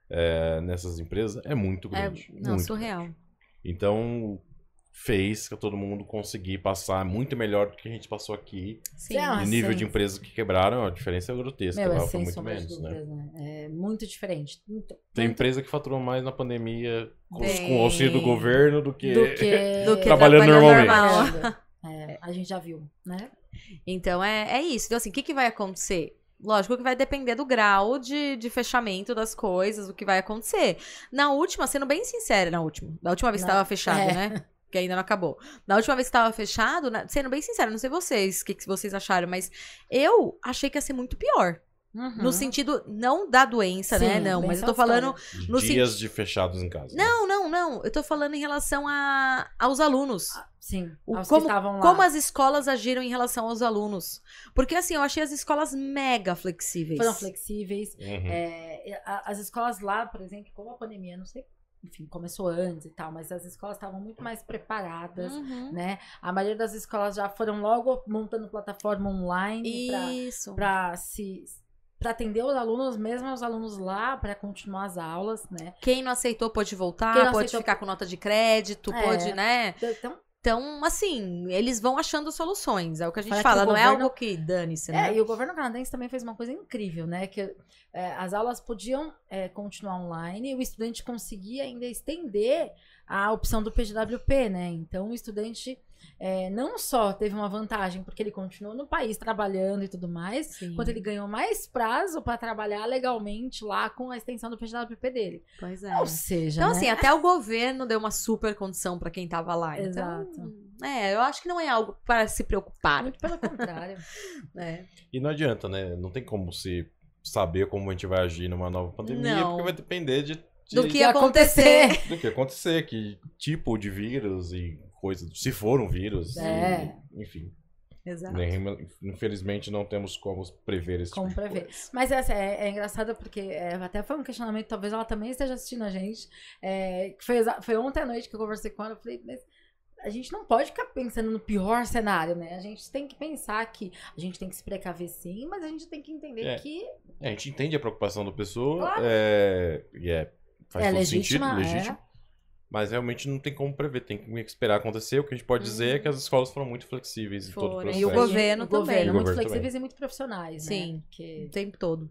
eh, nessas empresas é muito É, grande. não, muito surreal. grande. Então, fez que todo mundo conseguir passar muito melhor do que a gente passou aqui. Sim. Sim, ah, O nível sim. de empresas que quebraram, a diferença é grotesca. Meu, é Lá foi sem muito sombra de menos, né? dúvidas, né? É muito diferente. Muito, Tem muito empresa que faturou mais na pandemia com, Tem. com o auxílio do governo do que... do que, Do que Trabalhando normalmente. trabalhando. É, a gente já viu, né? Então é, é isso. Então, assim, o que, que vai acontecer? Lógico que vai depender do grau de, de fechamento das coisas, o que vai acontecer. Na última, sendo bem sincera, na última. Da última vez que Na- estava fechado, é. né? Que ainda não acabou. Na última vez que estava fechado, na- sendo bem sincera, não sei vocês, o que, que vocês acharam, mas eu achei que ia ser muito pior. Uhum. No sentido, não da doença, Sim, né? Não, mas eu tô doença falando. história. No Dias de fechados em casa. né? Não, não, não. Eu tô falando em relação a, aos alunos. Sim, O- aos como- que estavam lá. Como as escolas agiram em relação aos alunos. Porque, assim, eu achei as escolas mega flexíveis. Foram flexíveis. Uhum. É, a- as escolas lá, por exemplo, como a pandemia, não sei, enfim, começou antes e tal, mas as escolas estavam muito mais preparadas, Uhum. né? A maioria das escolas já foram logo montando plataforma online pra, Isso. pra se para atender os alunos, mesmo os alunos lá, para continuar as aulas, né? Quem não aceitou pode voltar, Quem não pode aceitou- ficar com nota de crédito, É. pode, né? Então, Então, assim, eles vão achando soluções. É o que a gente Fala que fala, o não é governo- algo que dane-se, é, né? e o governo canadense também fez uma coisa incrível, né? Que é, as aulas podiam é, continuar online e o estudante conseguia ainda estender a opção do P G W P, né? Então, o estudante é, não só teve uma vantagem porque ele continuou no país trabalhando e tudo mais, Sim. quanto ele ganhou mais prazo para trabalhar legalmente lá com a extensão do P G W P dele. Pois é. Ou seja, Então, né? assim, até o governo deu uma super condição pra quem tava lá. Exato. Então, é, eu acho que não é algo para se preocupar. Muito pelo contrário. né? E não adianta, né? Não tem como se saber como a gente vai agir numa nova pandemia, Não. porque vai depender de, de- Do que Que ia acontecer. do que acontecer, que tipo de vírus e coisa, se for um vírus, É. e- enfim. Exato. né? Infelizmente não temos como prever esse Como tipo de prever. coisa. Mas essa é, é engraçado porque é, até foi um questionamento, talvez ela também esteja assistindo a gente. É, que foi, exa- foi ontem à noite que eu conversei com ela. Eu falei, mas a gente não pode ficar pensando no pior cenário, né? A gente tem que pensar que a gente tem que se precaver sim, mas a gente tem que entender É. que É, a gente entende a preocupação da pessoa, Claro. é, e é, faz É todo legítima, sentido, é. legítimo. Mas realmente não tem como prever, tem que esperar acontecer. O que a gente pode dizer é que as escolas foram muito flexíveis em todo o Foram. processo. E o governo o também. governo, E o muito governo flexíveis e muito profissionais, né? Sim. Porque O tempo todo.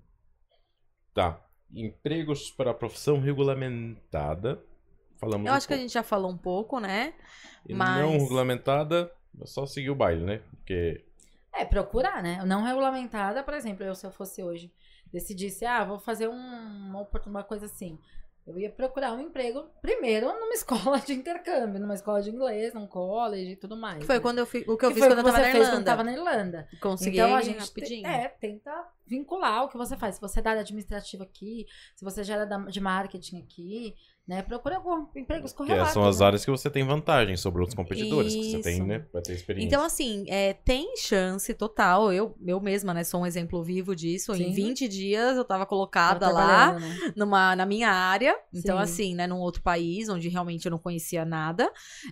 Tá. Empregos para a profissão regulamentada. Falamos Eu um acho que a pouco. gente já falou um pouco, né? E mas- não regulamentada, é só seguir o baile, né? Porque é procurar, né? Não regulamentada, por exemplo, eu se eu fosse hoje, decidisse, ah, vou fazer um, uma, opor- uma coisa assim. Eu ia procurar um emprego, primeiro, numa escola de intercâmbio, numa escola de inglês, num college e tudo mais. Que foi né? quando eu fi... o que eu Que fiz foi quando o eu que tava você na fez Irlanda. quando tava na Irlanda. Consegui Então a gente rapidinho. te- é, tenta vincular o que você faz. Se você é da área administrativa aqui, se você já é da, de marketing aqui, né? Procure algum empregos Que correlatos. são as né? áreas que você tem vantagem sobre outros competidores, que você tem, Isso. né? Pra ter experiência. Então, assim, é, tem chance total. Eu, eu mesma, né, sou um exemplo vivo disso. Sim. Em vinte dias eu tava Tá colocada lá trabalhando, né? numa, na minha área. Então, Sim. assim, né, num outro país, onde realmente eu não conhecia nada.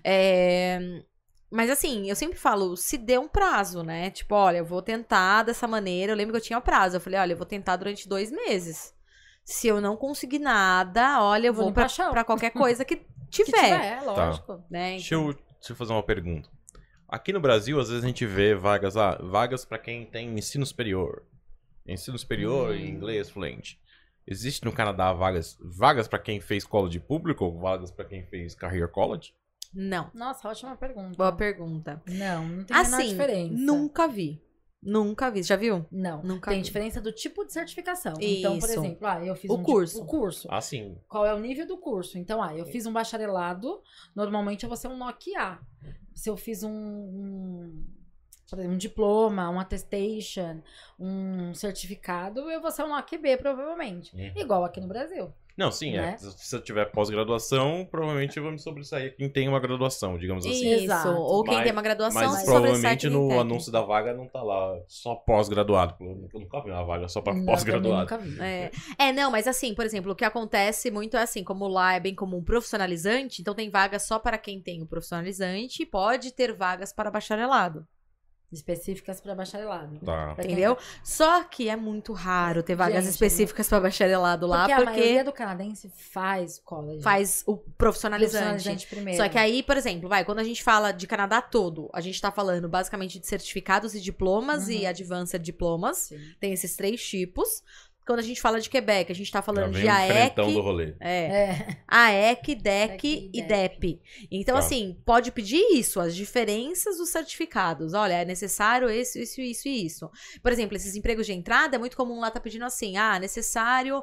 É... Mas assim, eu sempre falo, se dê um prazo, né? Tipo, olha, eu vou tentar dessa maneira. Eu lembro que eu tinha prazo. Eu falei, olha, eu vou tentar durante dois meses. Se eu não conseguir nada, olha, eu Vou vou limpar pra, chão. pra qualquer coisa que Que tiver. tiver, lógico. Né? Deixa eu, deixa eu fazer uma pergunta. Aqui no Brasil, às vezes a gente vê vagas, ah, vagas para quem tem ensino superior. Ensino superior Hum. em inglês fluente. Existe no Canadá vagas, vagas para quem fez college público ou vagas para quem fez career college? Não. Nossa, ótima pergunta. Boa pergunta. Não, não tem a menor Assim, diferença. nunca vi. Nunca vi. Já viu? Não. Nunca Tem vi. diferença do tipo de certificação. Então, por Isso. exemplo, ah, eu fiz O um curso. Tipo, o curso. Ah, sim. Qual é o nível do curso? Então, ah, eu fiz um bacharelado, normalmente eu vou ser um N O C A. Se eu fiz um, um, por exemplo, um diploma, um attestation, um certificado, eu vou ser um N O C B, provavelmente. Uhum. Igual aqui no Brasil. Não, sim, Né? é. Se eu tiver pós-graduação, provavelmente eu vou me sobressair quem tem uma graduação, digamos assim. Isso. Exato. Ou quem Mas- tem uma graduação Mas se sobressai provavelmente que nem no técnico. anúncio da vaga não tá lá só pós-graduado. Eu nunca vi uma vaga só para Não, pós-graduado. também nunca vi. É. é, não, mas assim, por exemplo, o que acontece muito é assim, como lá é bem comum profissionalizante, então tem vagas só para quem tem o profissionalizante e pode ter vagas para bacharelado, Específicas para bacharelado. Tá. Pra quem- entendeu? Só que é muito raro ter vagas Gente, específicas para bacharelado lá, Porque a porque maioria do canadense faz college. faz o profissionalizante. profissionalizante primeiro. Só que aí, por exemplo, vai, quando a gente fala de Canadá todo, a gente tá falando basicamente de certificados e diplomas Uhum. e advanced diplomas. Sim. Tem esses três tipos. Quando a gente fala de Quebec, a gente tá Já falando vem de o A E frentão do C, rolê. é, É. A E C, D E C D e E C. D E P. Então, Tá. assim, pode pedir isso, as diferenças dos certificados. Olha, é necessário isso, isso, isso e isso. Por exemplo, esses empregos de entrada, é muito comum lá tá pedindo assim, ah, necessário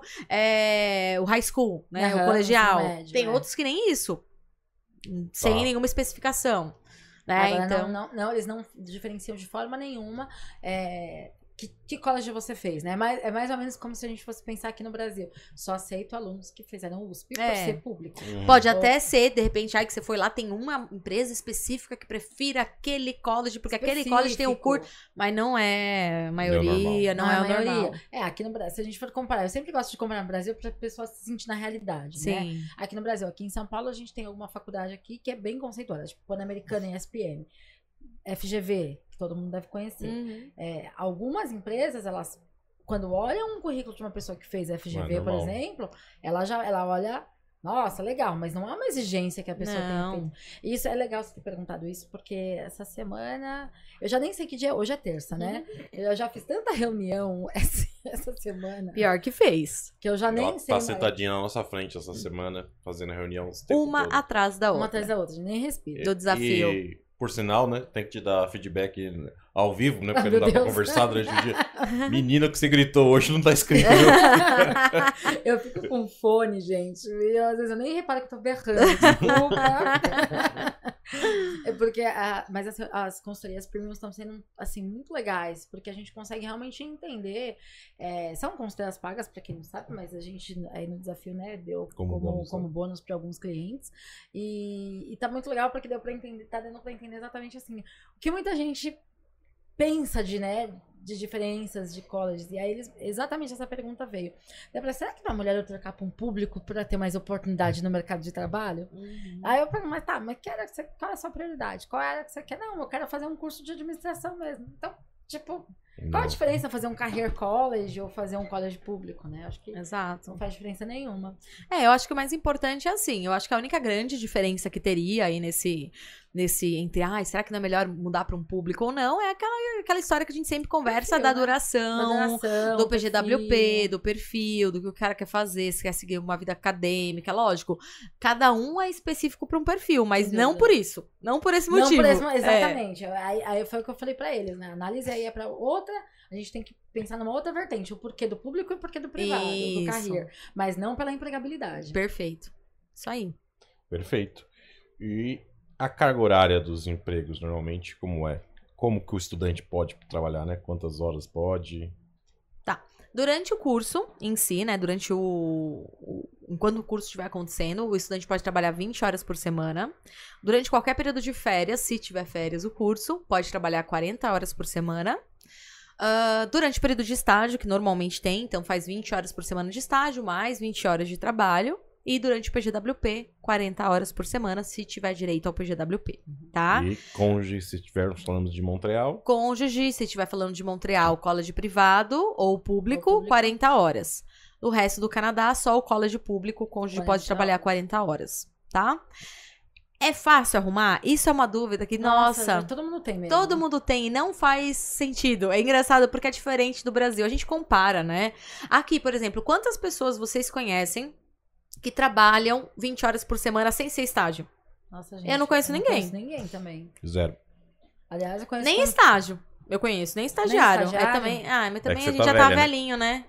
é, o high school, né, Aham, o colegial. ensino médio, Tem é. outros que nem isso, sem Tá. nenhuma especificação. Né? Agora, Então, não, não, não, eles não diferenciam de forma nenhuma é, que, que college você fez, né? Mas, é mais ou menos como se a gente fosse pensar aqui no Brasil. Só aceito alunos que fizeram U S P É. por ser público. Uhum. pode Ou- até ser, de repente, ai, que você foi lá, tem uma empresa específica que prefira aquele college, porque aquele college tem o Específico. curso, mas não é a maioria, não, Não é, é o a maioria. normal. É, aqui no Brasil, se a gente for comparar, eu sempre gosto de comparar no Brasil para a pessoa se sentir na realidade, né? Sim. Aqui no Brasil, aqui em São Paulo, a gente tem alguma faculdade aqui que é bem conceituada, tipo Pan-Americana e E S P M, F G V, que todo mundo deve conhecer. Uhum. É, algumas empresas, elas, quando olham um currículo de uma pessoa que fez F G V, Não é por normal. exemplo, ela já ela olha, nossa, legal, mas não é uma exigência que a pessoa tenha Não. feito. E isso é legal você ter perguntado isso, porque essa semana, eu já nem sei que dia é, hoje é terça, né? Uhum. Eu já fiz tanta reunião essa, essa semana, Pior que fez. que eu já nem Ela sei tá mais. sentadinha na nossa frente essa semana, fazendo a reunião. esse tempo Uma todo. atrás da outra. Uma atrás da outra, a gente nem respira. do desafio. E, por sinal, né? Tem que te dar feedback ao vivo, né? Porque Ah, não meu dá pra Deus. conversar durante o dia. Menina, o que você gritou hoje não tá escrito. Eu fico com fone, gente. E eu, às vezes eu nem reparo que eu tô berrando. Desculpa. É porque, a, mas as, as consultorias premium estão sendo, assim, muito legais. Porque a gente consegue realmente entender. É, são consultorias pagas, pra quem não sabe, mas a gente aí no desafio, né, deu Como como, bônus, como né? bônus pra alguns clientes. E, e tá muito legal porque deu pra entender, tá dando pra entender exatamente assim. O que muita gente pensa de, né, de diferenças de colleges. E aí eles, exatamente essa pergunta veio. Eu falei, será que não é melhor eu trocar para um público para ter mais oportunidade no mercado de trabalho? Uhum. Aí eu pergunto, mas tá, mas que área que você, qual é a sua prioridade? Qual é a área que você quer? Não, eu quero fazer um curso de administração mesmo. Então, tipo, qual a diferença fazer um career college ou fazer um college público, né? Acho que Exato. não faz diferença nenhuma. É, eu acho que o mais importante é assim, eu acho que a única grande diferença que teria aí nesse, nesse entre, ai, será que não é melhor mudar para um público ou não, é aquela, aquela história que a gente sempre conversa Perfil, da né? duração, Da duração, do P G W P, perfil. do perfil, do que o cara quer fazer, se quer seguir uma vida acadêmica, lógico, cada um é específico para um perfil, mas Sem não dúvida. por isso, não por esse Não motivo. por esse, É. exatamente. Aí, aí foi o que eu falei pra eles, né? A análise aí é pra outra, a gente tem que pensar numa outra vertente, o porquê do público e o porquê do privado, Isso. do career, mas não pela empregabilidade. Perfeito. Isso aí. Perfeito. E a carga horária dos empregos, normalmente, como é? Como que o estudante pode trabalhar, né? Quantas horas pode? Durante o curso em si, né? Durante o, o enquanto o curso estiver acontecendo, o estudante pode trabalhar vinte horas por semana. Durante qualquer período de férias, se tiver férias o curso, pode trabalhar quarenta horas por semana. Uh, durante o período de estágio, que normalmente tem, então faz vinte horas por semana de estágio, mais vinte horas de trabalho. E durante o P G W P, quarenta horas por semana, se tiver direito ao P G W P, tá? E cônjuge, se estivermos falando de Montreal. Cônjuge, se estiver falando de Montreal, college privado ou público, Ou público. quarenta horas. O resto do Canadá, só o college público, o cônjuge pode quarenta trabalhar horas. quarenta horas, tá? É fácil arrumar? Isso é uma dúvida que, nossa, já todo mundo tem mesmo. todo mundo tem e não faz sentido. É engraçado porque é diferente do Brasil. A gente compara, né? Aqui, por exemplo, quantas pessoas vocês conhecem que trabalham vinte horas por semana sem ser estágio? Nossa, gente, Eu não conheço ninguém. Não conheço ninguém também. Zero. Aliás, eu conheço... Nem como- estágio. Eu conheço, nem estagiário. estagiário? É também, ah, mas também que a você gente tá já tá velha, né? velhinho, né?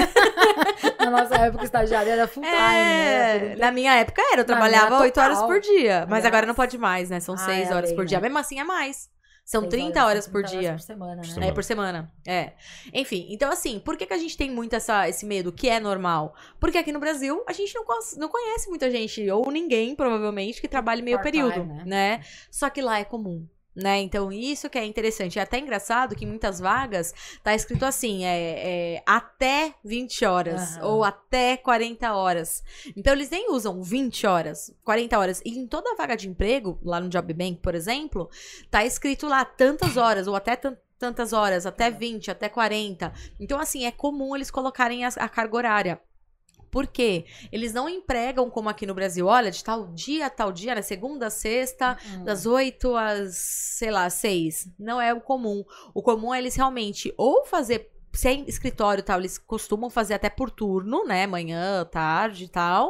Na nossa época, o estagiário era full time, né? É, na minha época era, eu Na trabalhava minha, oito horas total. por dia. Mas Aliás- agora não pode mais, né? São Ah, seis é a horas lei, por dia. né? Mesmo assim é mais. São Seis trinta horas por trinta dia. por semana, né? Semana. É, por semana. É. Enfim, então assim, por que, que a gente tem muito essa, esse medo, que é normal? Porque aqui no Brasil, a gente não, cons- não conhece muita gente, ou ninguém, provavelmente, que trabalhe meio Part-time, período, né? né? Só que lá é comum. Né? Então, isso que é interessante. É até engraçado que em muitas vagas tá escrito assim: é, é até vinte horas Aham. ou até quarenta horas. Então, eles nem usam vinte horas, quarenta horas. E em toda vaga de emprego, lá no Job Bank, por exemplo, tá escrito lá tantas horas ou até tan- tantas horas, até vinte, até quarenta. Então, assim, é comum eles colocarem a, a carga horária. Por quê? Eles não empregam como aqui no Brasil, olha, de tal dia a tal dia, né? Segunda a sexta, Hum. das oito às, sei lá, seis. Não é o comum. O comum é eles realmente ou fazer, se é em escritório e tal, eles costumam fazer até por turno, né? Manhã, tarde e tal.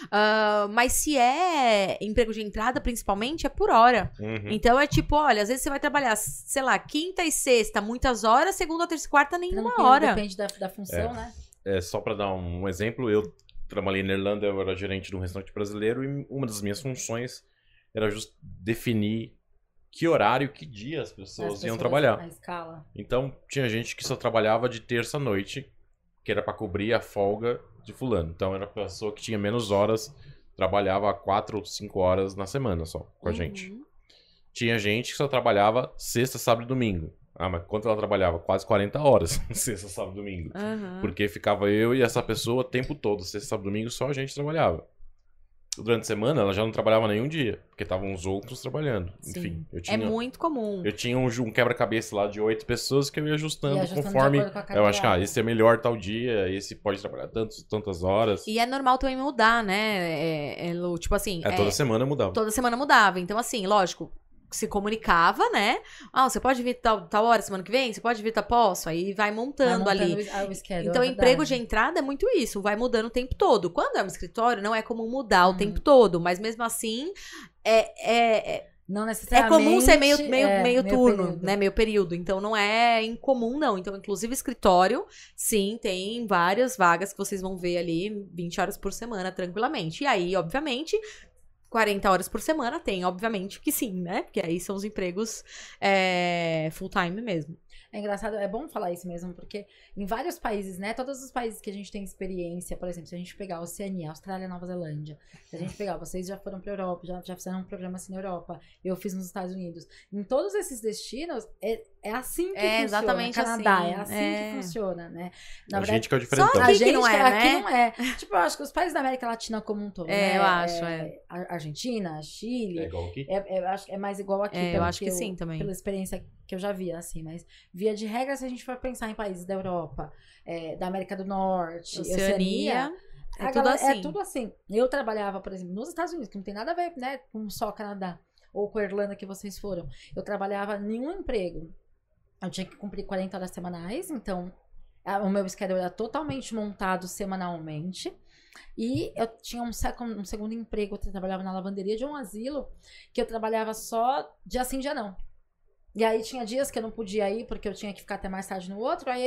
Ah, mas se é emprego de entrada, principalmente, é por hora. Uhum. Então é tipo, olha, às vezes você vai trabalhar, sei lá, quinta e sexta, muitas horas, segunda, terça e quarta, nenhuma Tranquilo, hora. Depende da, da função, né? É, só para dar um exemplo, eu trabalhei na Irlanda, eu era gerente de um restaurante brasileiro e uma das minhas funções era just definir que horário, que dia as pessoas, As iam pessoas trabalhar. na escala. Então, tinha gente que só trabalhava de terça à noite, que era para cobrir a folga de fulano. Então, era a pessoa que tinha menos horas, trabalhava quatro ou cinco horas na semana só com a gente. Uhum. Tinha gente que só trabalhava sexta, sábado e domingo. Ah, mas quanto ela trabalhava? Quase quarenta horas, sexta, sábado e domingo. Uhum. Porque ficava eu e essa pessoa o tempo todo. Sexta, sábado e domingo só a gente trabalhava. Durante a semana ela já não trabalhava nenhum dia, porque estavam os outros trabalhando. Sim. Enfim, eu É tinha, muito comum. eu tinha um, ju- um quebra-cabeça lá de oito pessoas que eu ia ajustando, Ia ajustando de conforme. acordo com a carga Eu acho que ah, horária. esse é melhor tal dia, esse pode trabalhar tantos, tantas horas. E é normal também mudar, né? É, é, Lu? Tipo assim, É, toda semana mudava. toda semana mudava. Então, assim, lógico, se comunicava, né? Ah, você pode vir tal, tal hora semana que vem? Você pode vir tal posso? Aí vai montando, Vai ali. montando o- ah, o schedule, Então, é emprego verdade. de entrada é muito isso, vai mudando o tempo todo. Quando é um escritório, não é comum mudar o Hum. tempo todo, mas mesmo assim, é, é, é, Não é necessariamente... comum ser meio, meio, é, meio turno, período. né? Meio período. Então, não é incomum, não. Então, inclusive, escritório, sim, tem várias vagas que vocês vão ver ali vinte horas por semana, tranquilamente. E aí, obviamente, quarenta horas por semana tem, obviamente que sim, né? Porque aí são os empregos é, full time mesmo. É engraçado, é bom falar isso mesmo, porque em vários países, né? Todos os países que a gente tem experiência, por exemplo, se a gente pegar a Oceania, Austrália, Nova Zelândia, se a gente pegar, vocês já foram pra Europa, já, já fizeram um programa assim na Europa, eu fiz nos Estados Unidos. Em todos esses destinos, é, é assim que É funciona. exatamente Canadá, assim, é assim é. que funciona, né? A gente que é o Só diferentão. aqui A que gente não é, aqui né? não é. Tipo, eu acho que os países da América Latina como um todo, É, né? eu acho, é. A Argentina, Chile, É igual aqui? é, é, eu acho que é mais igual aqui. É, eu pelo acho que sim também. Pela experiência que eu já vi, assim. Mas, via de regra, se a gente for pensar em países da Europa, é, da América do Norte, Oceania, Oceania... é a tudo galera- assim. É tudo assim. Eu trabalhava, por exemplo, nos Estados Unidos, que não tem nada a ver, né, com só Canadá. Ou com a Irlanda que vocês foram. Eu trabalhava em um emprego. Eu tinha que cumprir quarenta horas semanais, então... a- o meu schedule era totalmente montado semanalmente. E eu tinha um, second, um segundo emprego, eu trabalhava na lavanderia de um asilo, que eu trabalhava só dia sim, dia não. E aí tinha dias que eu não podia ir, porque eu tinha que ficar até mais tarde no outro, aí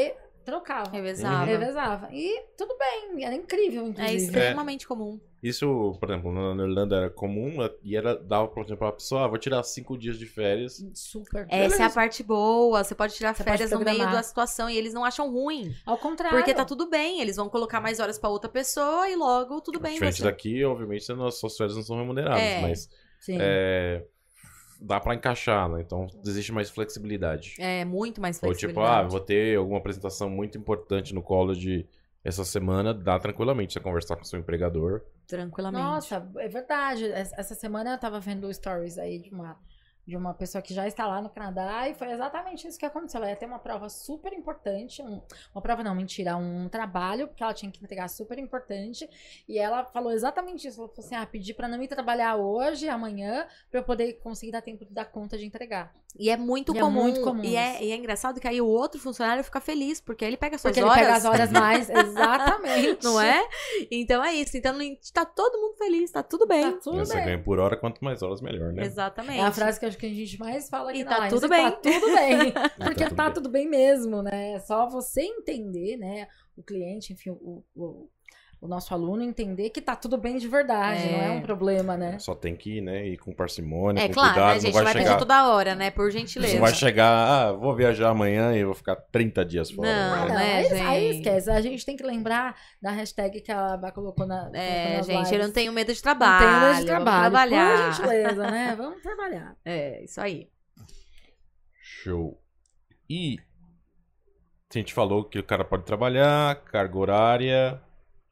trocava. Revezava. Revezava. E tudo bem, era incrível, É inclusive. extremamente comum. Isso, por exemplo, na na Irlanda era comum e era, dava, por exemplo, pra pessoa, ah, vou tirar cinco dias de férias. Super. Essa é a parte boa. Você pode tirar Você férias pode no meio programar. da situação e eles não acham ruim. Ao contrário. Porque tá tudo bem. Eles vão colocar mais horas pra outra pessoa e logo tudo bem. Diferente Você... daqui, obviamente, as suas férias não são remuneradas, É. mas Sim. é, dá pra encaixar, né? Então, existe mais flexibilidade. É muito mais Ou tipo, flexibilidade. ah, vou ter alguma apresentação muito importante no college essa semana, dá tranquilamente você conversar com seu empregador. Tranquilamente. Nossa, é verdade. Es- Essa semana eu tava vendo stories aí de uma, de uma pessoa que já está lá no Canadá e foi exatamente isso que aconteceu. Ela ia ter uma prova super importante, um- uma prova não, mentira, um trabalho que ela tinha que entregar super importante e ela falou exatamente isso. Ela falou assim, ah, pedi pra não ir trabalhar hoje, amanhã, pra eu poder conseguir dar tempo de dar conta de entregar. E é muito E é comum. muito comum E é, isso. e é engraçado que aí o outro funcionário fica feliz, porque ele pega suas Porque ele horas. pega as horas mais, exatamente. Não é? Então é isso. Então não- tá todo mundo feliz, tá tudo bem. Tá tudo Você bem. ganha por hora, quanto mais horas, melhor, né? Exatamente. É a frase que eu acho que a gente mais fala aqui E na tá live. tudo Tá bem. tudo bem. Porque tudo tá bem. tudo bem mesmo, né? É só você entender, né? O cliente, enfim, o, o, o nosso aluno entender que tá tudo bem de verdade, É. não é um problema, né? Só tem que ir, né? Ir com parcimônia, É com claro, cuidado. né, gente? não Vai vai pedir chegar, toda hora, né? Por você gentileza. não vai chegar, ah, vou viajar amanhã e vou ficar trinta dias fora. Não, Ah, não, né, aí, aí gente? esquece. A gente tem que lembrar da hashtag que a Bá colocou na. colocou É, nas gente, eu lives. não tenho medo de Não trabalho. tenho medo de vamos trabalho. trabalhar. Por gentileza, né? Vamos trabalhar. É, isso aí. Show. E a gente falou que o cara pode trabalhar, carga horária.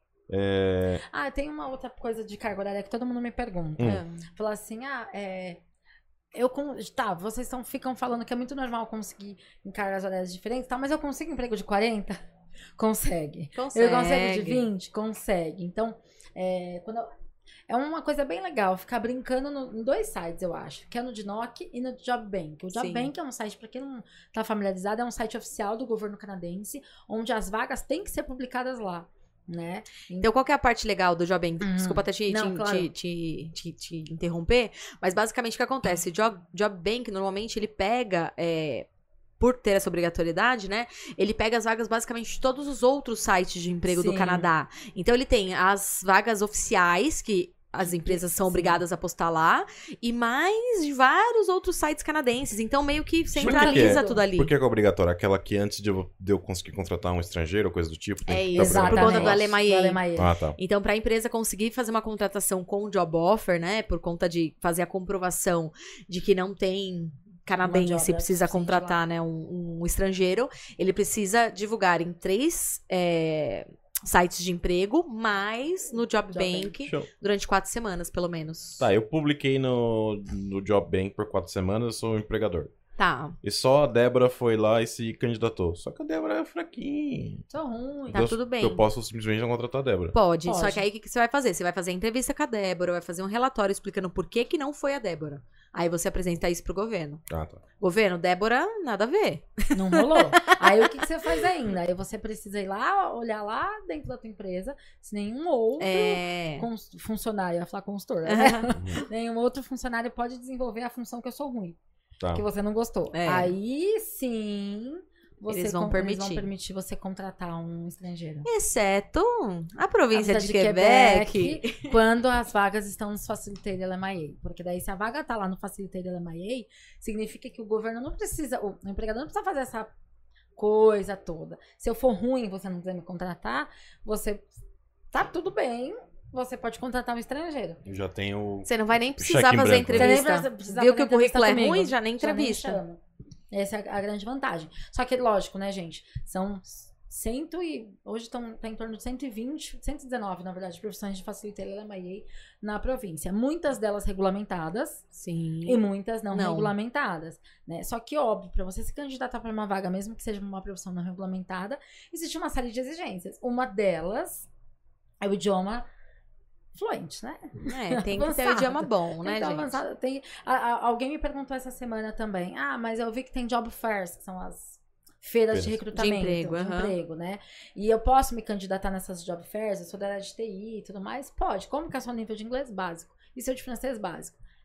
É... Ah, tem uma outra coisa de carga horária que todo mundo me pergunta. Hum. Falar assim, ah, é. Eu con- tá, vocês tão, ficam falando que é muito normal conseguir em cargas horárias diferentes, tá? Mas eu consigo emprego de quarenta? Consegue. Consegue. Eu consigo de vinte? Consegue. Então, é, quando eu- é uma coisa bem legal ficar brincando no- em dois sites, eu acho. Que é no Dinoc e no JobBank. O Sim. JobBank é um site, para quem não tá familiarizado, é um site oficial do governo canadense, onde as vagas têm que ser publicadas lá, né? Então, qual que é a parte legal do Jobbank? Uhum. Desculpa até te, Não, te, claro. te, te, te- te interromper, mas basicamente o que acontece? Job, Jobbank, normalmente, ele pega... é, por ter essa obrigatoriedade, né? Ele pega as vagas basicamente de todos os outros sites de emprego do Sim. Canadá. Então, ele tem as vagas oficiais, que as empresas são Sim. obrigadas a postar lá, e mais de vários outros sites canadenses. Então, meio que Por que que centraliza é? tudo ali. Por que que é obrigatório? Aquela que antes de eu, de eu conseguir contratar um estrangeiro ou coisa do tipo? tem É que isso, estar por conta do obrigatório? L M I A. Do L M I A. Ah, tá. Então, para a empresa conseguir fazer uma contratação com o job offer, né, por conta de fazer a comprovação de que não tem canadense Uma job precisa suficiente contratar, né, um, um estrangeiro, ele precisa divulgar em três é, sites de emprego, mais no Job Job Bank Show. durante quatro semanas, pelo menos. Tá, eu publiquei no, no Job Bank por quatro semanas, eu sou empregador. Tá, E só a Débora foi lá e se candidatou. Só que a Débora é fraquinha. Tô ruim. Tá eu, tudo bem. Eu posso simplesmente não contratar a Débora. pode, Só Pode. que aí o que, que você vai fazer? Você vai fazer a entrevista com a Débora, vai fazer um relatório explicando por que que não foi a Débora. Aí você apresenta isso pro governo. Ah, tá. Governo, Débora, nada a ver. Não rolou. Aí o que, que você faz ainda? Aí você precisa ir lá, olhar lá dentro da tua empresa, se nenhum outro É. cons- funcionário, eu ia falar consultor, né? Uhum. Nenhum outro funcionário pode desenvolver a função que eu sou ruim, Tá. que você não gostou. É. Aí sim, você Eles vão con- permitir. eles vão permitir você contratar um estrangeiro. Exceto a província A de, de Quebec. Quebec, quando as vagas estão nos Facilitated L M I A. Porque daí, se a vaga tá lá no Facilitated L M I A, significa que o governo não precisa, o empregador não precisa fazer essa coisa toda. Se eu for ruim e você não quiser me contratar, você tá tudo bem, você pode contratar um estrangeiro. Eu já tenho. Você não vai nem Cheque precisar em fazer branco, né? Você nem entrevista. precisa- precisa Viu fazer que o currículo é entrevista ruim? comigo. Já nem Já nem entrevista. chama. Essa é a grande vantagem. Só que, lógico, né, gente? São cento e... Hoje estão tá em torno de cento e vinte, cento e dezenove, na verdade, profissões de facilitator L M I A na província. Muitas delas regulamentadas Sim. e muitas não, Não. regulamentadas, né? Só que, óbvio, para você se candidatar para uma vaga, mesmo que seja uma profissão não regulamentada, existe uma série de exigências. Uma delas é o idioma fluente, né? É, tem que ter o Avançado. idioma bom, Tem né, que ter gente? avançado. Tem- a- a- alguém me perguntou essa semana também. Ah, mas eu vi que tem job fairs, que são as feiras de Feiras. recrutamento, De emprego, de aham. emprego, né? E eu posso me candidatar nessas job fairs? Eu sou da área de T I e tudo mais? Pode. Como que é o seu nível de inglês básico? E seu de francês básico?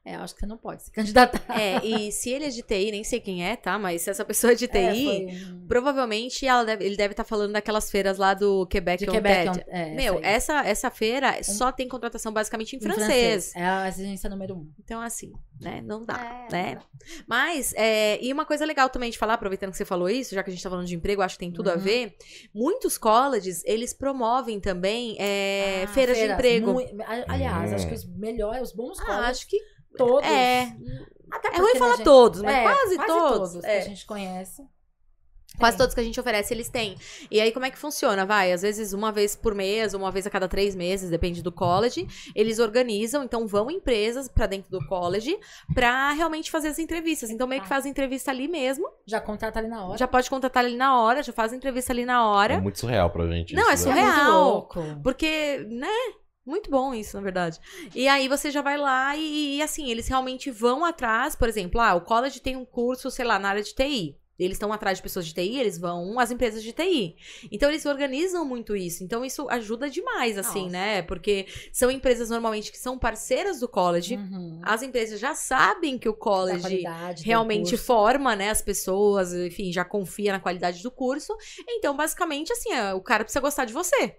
É, eu acho que você não pode se candidatar. É, e se ele é de T I, nem sei quem é, tá? Mas se essa pessoa é de T I, É, foi um... provavelmente ela deve, ele deve estar falando daquelas feiras lá do Quebec de on Quebec. TED. On... É, Meu, essa, essa, essa feira só tem contratação basicamente em, em francês. É a exigência número um. Então, assim, né? Não dá, É, né? não. Mas, é, e uma coisa legal também de falar, aproveitando que você falou isso, já que a gente tá falando de emprego, acho que tem tudo Uhum. a ver. Muitos colleges, eles promovem também é, Ah, feiras, de emprego. mui- Aliás, Hum. acho que os melhores, os bons Ah, colleges, acho que todos. é. Até É porque, ruim né, falar gente? todos, mas É, quase, quase todos. todos é. que a gente conhece. Quase Tem. todos que a gente oferece, eles têm. E aí, como é que funciona? Vai, às vezes uma vez por mês, ou uma vez a cada três meses, depende do college. Eles organizam, então vão empresas pra dentro do college pra realmente fazer as entrevistas. Então, meio que faz entrevista ali mesmo. Já contrata ali na hora. Já pode contratar ali na hora, já faz a entrevista ali na hora. É muito surreal pra gente. Não, isso, é né? É muito surreal. louco. Porque, né? Muito bom isso, na verdade. E aí você já vai lá e, e, assim, eles realmente vão atrás, por exemplo, ah, o college tem um curso, sei lá, na área de T I. Eles estão atrás de pessoas de T I, eles vão às empresas de T I. Então, eles organizam muito isso. Então, isso ajuda demais, assim, Nossa. né? Porque são empresas, normalmente, que são parceiras do college. Uhum. As empresas já sabem que o Da college qualidade do realmente curso. forma, né, as pessoas, enfim, já confia na qualidade do curso. Então, basicamente, assim, é, o cara precisa gostar de você.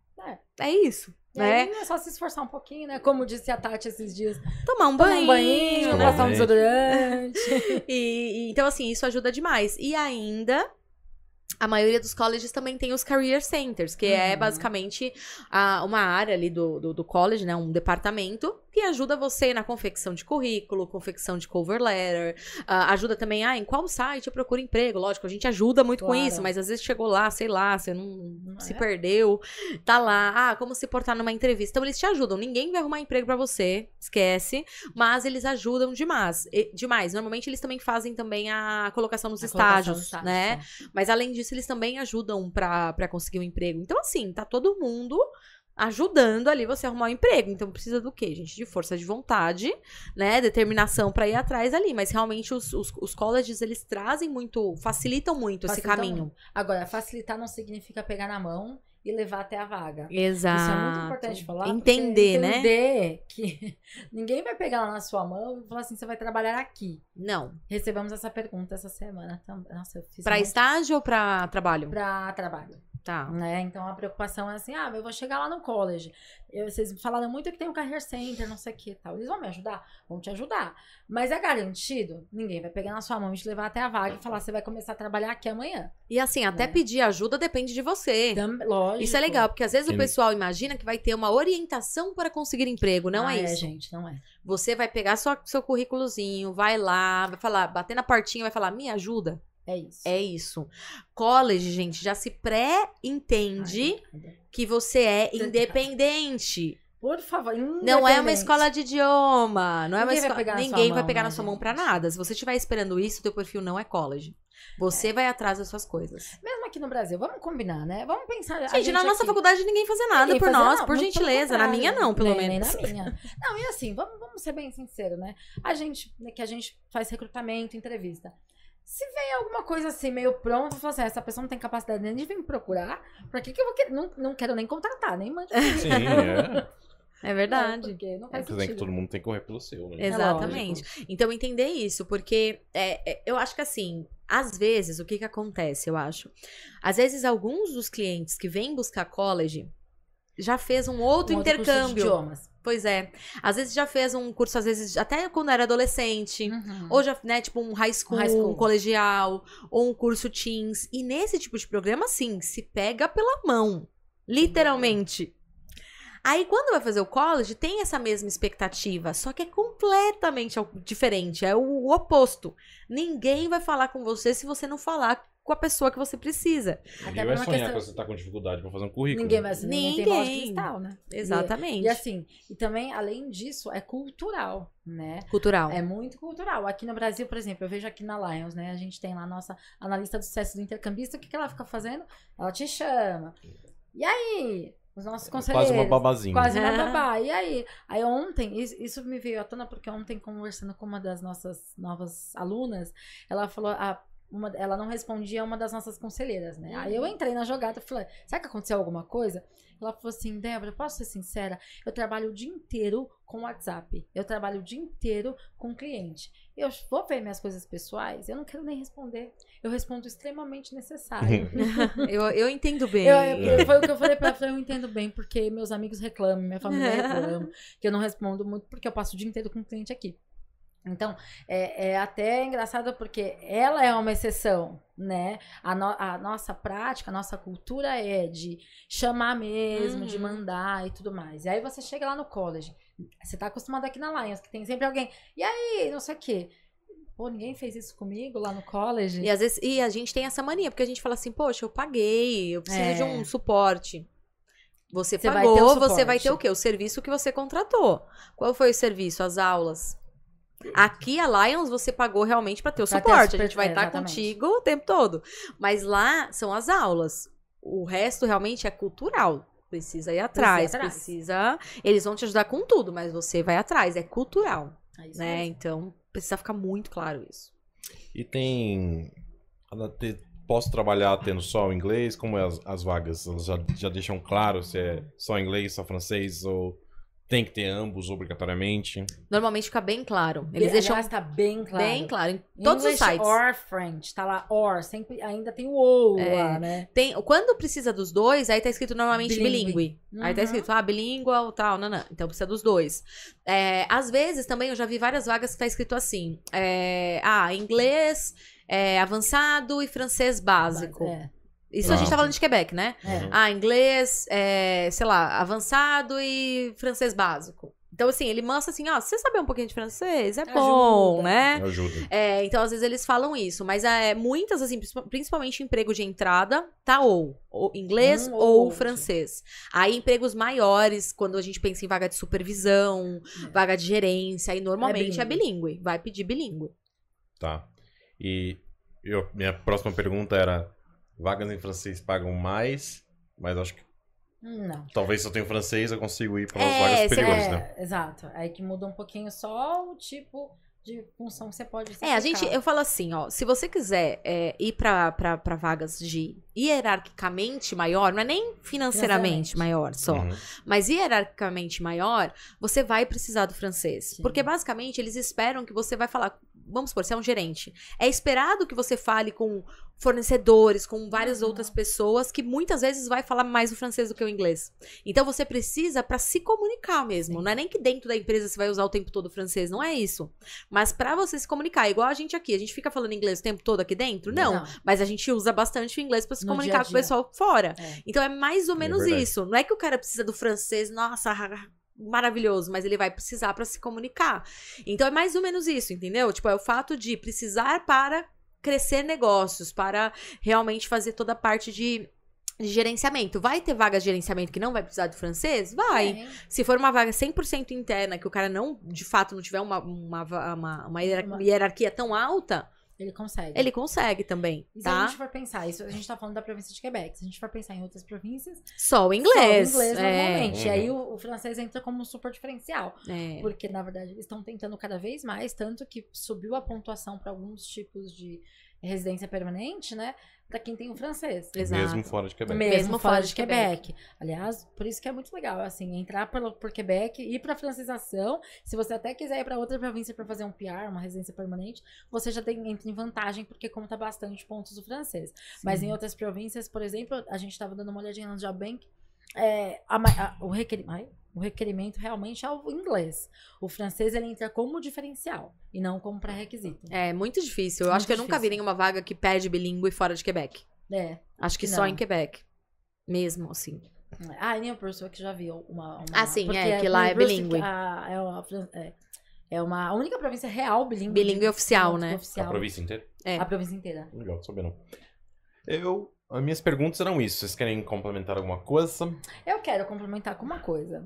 É. É isso, E né? aí é só se esforçar um pouquinho, né? Como disse a Tati esses dias. Tomar um Tomar banho. um banho, Tomar passar um banho. desodorante. E, e- então, assim, isso ajuda demais. E ainda, a maioria dos colleges também tem os career centers, que é Uhum. basicamente a- uma área ali do, do, do college, né? Um departamento que ajuda você na confecção de currículo, confecção de cover letter, ah, ajuda também, ah, em qual site eu procuro emprego. Lógico, a gente ajuda muito com Claro. isso, mas às vezes chegou lá, sei lá, você não, Não se é? perdeu, tá lá, ah, como se portar numa entrevista. Então, eles te ajudam. Ninguém vai arrumar emprego pra você, esquece, mas eles ajudam demais. E- demais. Normalmente, eles também fazem também a colocação nos A colocação estágios, no estágio, né? tá. Mas além disso, eles também ajudam pra, pra conseguir um emprego. Então, assim, tá todo mundo ajudando ali você a arrumar um emprego. Então, precisa do quê, gente? De força de vontade, né? Determinação pra ir atrás ali. Mas, realmente, os, os, os colleges, eles trazem muito, facilitam muito esse Facilitam caminho. muito. Agora, facilitar não significa pegar na mão e levar até a vaga. Exato. Isso é muito importante falar. porque Entender, né? Entender que ninguém vai pegar lá na sua mão e falar assim, você vai trabalhar aqui. Não. Recebemos essa pergunta essa semana também. Nossa, eu fiz Pra muito estágio ou pra trabalho? pra trabalho. Tá. Né? Então a preocupação é assim, ah, eu vou chegar lá no college. Eu, vocês falaram muito que tem um career center, não sei o que e tal. Eles vão me ajudar? Vão te ajudar. Mas é garantido? Ninguém vai pegar na sua mão e te levar até a vaga e falar, você vai começar a trabalhar aqui amanhã. E assim, até Né? pedir ajuda depende de você. Tam- Lógico. Isso é legal, porque às vezes o Sim. pessoal imagina que vai ter uma orientação para conseguir emprego. Não Ah, é isso. gente, não é. Você vai pegar sua, seu currículozinho, vai lá, vai falar, bater na portinha, vai falar, me ajuda. É isso. É isso. College, gente, já se pré-entende Ai, que você é Você- independente. Por favor. Não é uma independente. escola de idioma. Não é uma Ninguém vai escola... pegar na sua Ninguém vai mão, pegar né, na sua mão gente? pra nada. Se você estiver esperando isso, teu perfil não é college. Você vai atrás das suas coisas. Mesmo aqui no Brasil, vamos combinar, né? Vamos pensar. a Gente, na nossa aqui- faculdade ninguém fazia nada Ninguém por fazia nós, nada, por muito pelo gentileza. Na contrário. minha não, pelo nem, menos. Nem na minha. Não, e assim, vamos, vamos ser bem sinceros, né? A gente, né, que a gente faz recrutamento, entrevista. Se vem alguma coisa assim, meio pronta, fala assim, essa pessoa não tem capacidade nem de vir me procurar, pra que que eu vou querer? Não, não quero nem contratar, nem mande currículo. Sim, é. É verdade. Porque não faz Você tem que sentido. todo mundo tem que correr pelo seu, né? Exatamente. Então, entender isso, porque é, é, eu acho que assim, às vezes, o que que acontece, eu acho? Às vezes, alguns dos clientes que vêm buscar college já fez um outro Um outro curso de intercâmbio. idiomas. Pois é. Às vezes já fez um curso, às vezes, até quando era adolescente. Uhum. Ou já, né, tipo um high school, high school. um colegial, ou um curso teens. E nesse tipo de programa, sim, se pega pela mão. Literalmente. Aí, quando vai fazer o college, tem essa mesma expectativa, só que é completamente ao- diferente, é o, o oposto. Ninguém vai falar com você se você não falar com a pessoa que você precisa. Até Ninguém por vai uma sonhar questão- que você tá com dificuldade pra fazer um currículo. Ninguém vai ninguém tem bola de Ninguém. cristal, né? Exatamente. E, e assim, e também, além disso, é cultural, né? Cultural. É muito cultural. Aqui no Brasil, por exemplo, eu vejo aqui na Lions, né? A gente tem lá a nossa analista do sucesso do intercambista. O que, que ela fica fazendo? Ela te chama. E aí? Os nossos conselheiros. Quase uma babazinha. Quase uma babá. E aí? Aí ontem, isso, isso me veio à tona porque ontem, conversando com uma das nossas novas alunas, ela falou, a, uma, ela não respondia a uma das nossas conselheiras, né? Aí eu entrei na jogada e falei, será que aconteceu alguma coisa? Ela falou assim, Débora, posso ser sincera? Eu trabalho o dia inteiro com WhatsApp. Eu trabalho o dia inteiro com cliente. Eu vou ver minhas coisas pessoais, eu não quero nem responder. Eu respondo extremamente necessário. eu, eu entendo bem. Eu, eu, foi o que eu falei pra ela, eu entendo bem, porque meus amigos reclamam, minha família reclama, que eu não respondo muito, porque eu passo o dia inteiro com cliente aqui. Então, é, é até engraçado porque ela é uma exceção, né? A, no, a nossa prática, a nossa cultura é de chamar mesmo, uhum. de mandar e tudo mais. E aí você chega lá no college, você tá acostumado aqui na Lions, que tem sempre alguém, e aí, não sei o quê. Pô, ninguém fez isso comigo lá no college. E às vezes, e a gente tem essa mania, porque a gente fala assim, poxa, eu paguei, eu preciso é. de um suporte. Você, você pagou, vai você vai ter o quê? O serviço que você contratou. Qual foi o serviço? As aulas. Aqui, a Lions, você pagou realmente para ter o pra suporte. Ter a gente vai estar é, tá contigo o tempo todo. Mas lá são as aulas. O resto realmente é cultural. Precisa ir atrás, precisa, atrás. precisa... Eles vão te ajudar com tudo, mas você vai atrás. É cultural. É isso né? Mesmo. Então, precisa ficar muito claro isso. E tem... Posso trabalhar tendo só o inglês? Como é as, as vagas? Elas já, já deixam claro se é só inglês, só francês ou... Tem que ter ambos, obrigatoriamente. Normalmente fica bem claro. Eles Aliás, deixam... tá bem claro. Bem claro. Em todos English os sites. or French. Tá lá or. Sempre, ainda tem o ou é. lá, né? Tem, quando precisa dos dois, aí tá escrito normalmente bilíngue. bilíngue. Uhum. Aí tá escrito, ah, bilíngue tal, não, não. Então precisa dos dois. É, às vezes também eu já vi várias vagas que tá escrito assim. É, ah, inglês é, avançado e francês básico. É. Isso ah. a gente tá falando de Quebec, né? É. Ah, inglês, é, sei lá, avançado e francês básico. Então, assim, ele mostra assim, ó, se você saber um pouquinho de francês, é bom, ajuda. né? Ajuda. É, então, às vezes, eles falam isso. Mas é, muitas, assim, principalmente emprego de entrada, tá ou, ou inglês um ou, ou francês. Aí, empregos maiores, quando a gente pensa em vaga de supervisão, é. vaga de gerência, aí normalmente é bilíngue. é bilíngue. Vai pedir bilíngue. Tá. E eu, minha próxima pergunta era... Vagas em francês pagam mais, mas acho que não. Talvez se eu tenho francês eu consigo ir para as é, vagas superiores, é, né? Exato. Aí que muda um pouquinho só o tipo de função que você pode É, a gente, eu falo assim, ó, se você quiser é, ir para vagas de hierarquicamente maior, não é nem financeiramente, financeiramente. maior só, uhum. mas hierarquicamente maior, você vai precisar do francês. Sim. Porque basicamente eles esperam que você vai falar, vamos supor, você é um gerente, é esperado que você fale com fornecedores, com várias uhum. outras pessoas que muitas vezes vai falar mais o francês do que o inglês. Então você precisa para se comunicar mesmo, Sim. não é nem que dentro da empresa você vai usar o tempo todo o francês, não é isso. Mas para você se comunicar, igual a gente aqui, a gente fica falando inglês o tempo todo aqui dentro? Não, não. Mas a gente usa bastante o inglês para se no comunicar com o pessoal fora. É. Então é mais ou menos é isso. Não é que o cara precisa do francês, nossa, maravilhoso, mas ele vai precisar para se comunicar. Então é mais ou menos isso, entendeu? Tipo, é o fato de precisar para crescer negócios, para realmente fazer toda a parte de, de gerenciamento. Vai ter vagas de gerenciamento que não vai precisar de francês? Vai. É. Se for uma vaga cem por cento interna, que o cara não, de fato, não tiver uma, uma, uma, uma hierarquia tão alta, ele consegue. Ele consegue também, e tá? Se a gente for pensar, isso a gente tá falando da província de Quebec. Se a gente for pensar em outras províncias... Só o inglês. Só o inglês, é. normalmente. Uhum. E aí o, o francês entra como um super diferencial. É. Porque, na verdade, eles estão tentando cada vez mais, tanto que subiu a pontuação para alguns tipos de residência permanente, né? Pra quem tem o francês. Exato. Mesmo fora de Quebec. Mesmo, Mesmo fora, fora de Quebec. Quebec. Aliás, por isso que é muito legal, assim, entrar por, por Quebec, ir pra francização. Se você até quiser ir pra outra província pra fazer um P R, uma residência permanente, você já tem, entra em vantagem, porque conta bastante pontos do francês. Sim. Mas em outras províncias, por exemplo, a gente tava dando uma olhadinha no Job Bank, é, a, a, o requerimento... O requerimento realmente é o inglês. O francês, ele entra como diferencial e não como pré-requisito. É muito difícil. Eu muito acho que eu difícil. nunca vi nenhuma vaga que pede bilíngue fora de Quebec. É. Acho que não. só em Quebec. Mesmo, assim. Ah, nem a pessoa que já viu uma... uma ah, sim, é. Que lá é bilíngue. A, é, uma, é, é uma a única província real bilíngue. Bilíngue oficial, né? Oficial. A província inteira? É. A província inteira. Legal, saber não. Eu... As minhas perguntas eram isso. Vocês querem complementar alguma coisa? Eu quero complementar com uma coisa.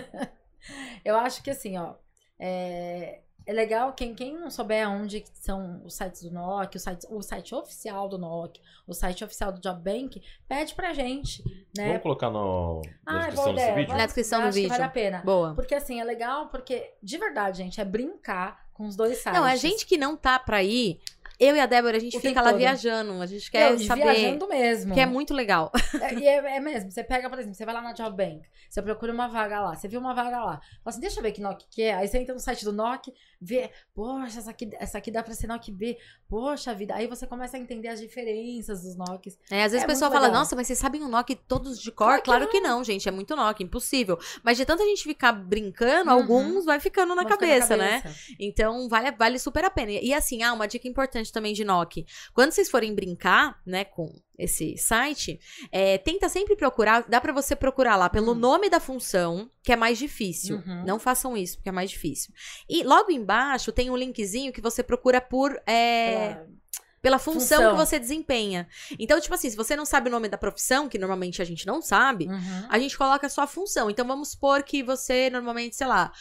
Eu acho que assim, ó, é, é legal quem, quem não souber onde são os sites do N O C, o site, o site oficial do N O C, o site oficial do Job Bank, pede pra gente, né? Vamos colocar no, na ah, descrição desse vídeo? Na descrição do vídeo. Vale a pena. Boa. Porque assim, é legal porque, de verdade, gente, é brincar com os dois sites. Não, a gente que não tá pra ir... Eu e a Débora, a gente O fica tempo lá todo. viajando. A gente quer Eu, saber. viajando mesmo. Que é muito legal. É, e é, é mesmo, você pega, por exemplo, você vai lá na Job Bank, você procura uma vaga lá, você viu uma vaga lá, fala assim, deixa eu ver que N O C que é, aí você entra no site do N O C, vê, poxa, essa aqui, essa aqui dá pra ser N O C B, poxa vida, aí você começa a entender as diferenças dos N O Cs. É, às vezes É o pessoal muito fala, legal. nossa, mas vocês sabem o N O C todos de cor? Claro que Claro que não, gente, é muito N O C, impossível. Mas de tanta gente ficar brincando, Uhum. alguns vai ficando na Vai ficar na cabeça, né? cabeça. Então, vale, vale super a pena. E assim, ah, uma dica importante também de N O C. Quando vocês forem brincar, né, com esse site, é, tenta sempre procurar, dá pra você procurar lá pelo Hum. nome da função, que é mais difícil. Uhum. Não façam isso, porque é mais difícil. E logo embaixo tem um linkzinho que você procura por... é, Pela- pela função, Função. que você desempenha. Então, tipo assim, se você não sabe o nome da profissão, que normalmente a gente não sabe, Uhum. a gente coloca a sua função. Então, vamos supor que você normalmente, sei lá,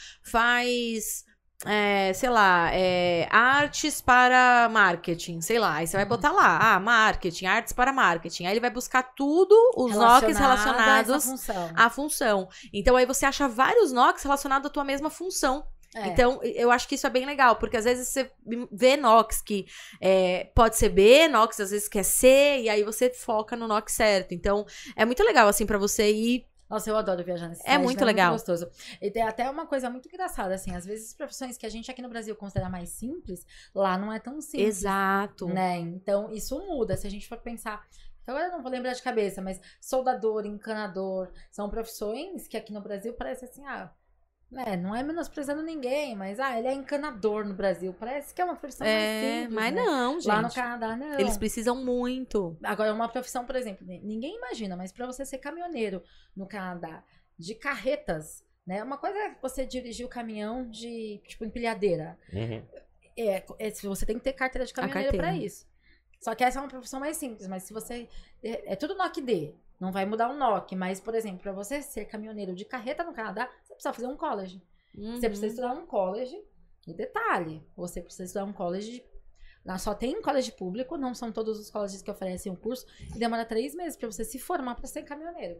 faz, é, sei lá, é, artes para marketing, sei lá. Aí você vai Uhum. botar lá, ah, marketing, artes para marketing. Aí ele vai buscar tudo, os N O Cs Relacionada a essa relacionados função. à função. Então, aí você acha vários N O Cs relacionados à tua mesma função. É. Então, eu acho que isso é bem legal, porque às vezes você vê N O C que é, pode ser B, N O C às vezes quer C, e aí você foca no N O C certo. Então, é muito legal, assim, pra você ir... Nossa, eu adoro viajar nesse É site, muito legal. muito gostoso. E tem até uma coisa muito engraçada, assim, às vezes profissões que a gente aqui no Brasil considera mais simples, lá não é tão simples. Exato. Né? Então, isso muda. Se a gente for pensar, agora eu não vou lembrar de cabeça, mas soldador, encanador, são profissões que aqui no Brasil parece assim, ah, né, não é menosprezando ninguém, mas ah, ele é encanador no Brasil. Parece que é uma profissão mais É, simples, mas né? não, gente. Lá no Canadá, não. Eles precisam muito. Agora, uma profissão, por exemplo, ninguém imagina, mas para você ser caminhoneiro no Canadá, de carretas, né? Uma coisa é você dirigir o caminhão de, tipo, empilhadeira. Uhum. É, é, se você tem que ter carteira de caminhoneiro carteira. para isso. Só que essa é uma profissão mais simples, mas se você... É, é tudo N O C D, não vai mudar o N O C, mas, por exemplo, para você ser caminhoneiro de carreta no Canadá, você precisa fazer um college. Uhum. Você precisa estudar um college, e detalhe, você precisa estudar um college... Lá só tem um college público, não são todos os colleges que oferecem o curso, e demora três meses para você se formar para ser caminhoneiro.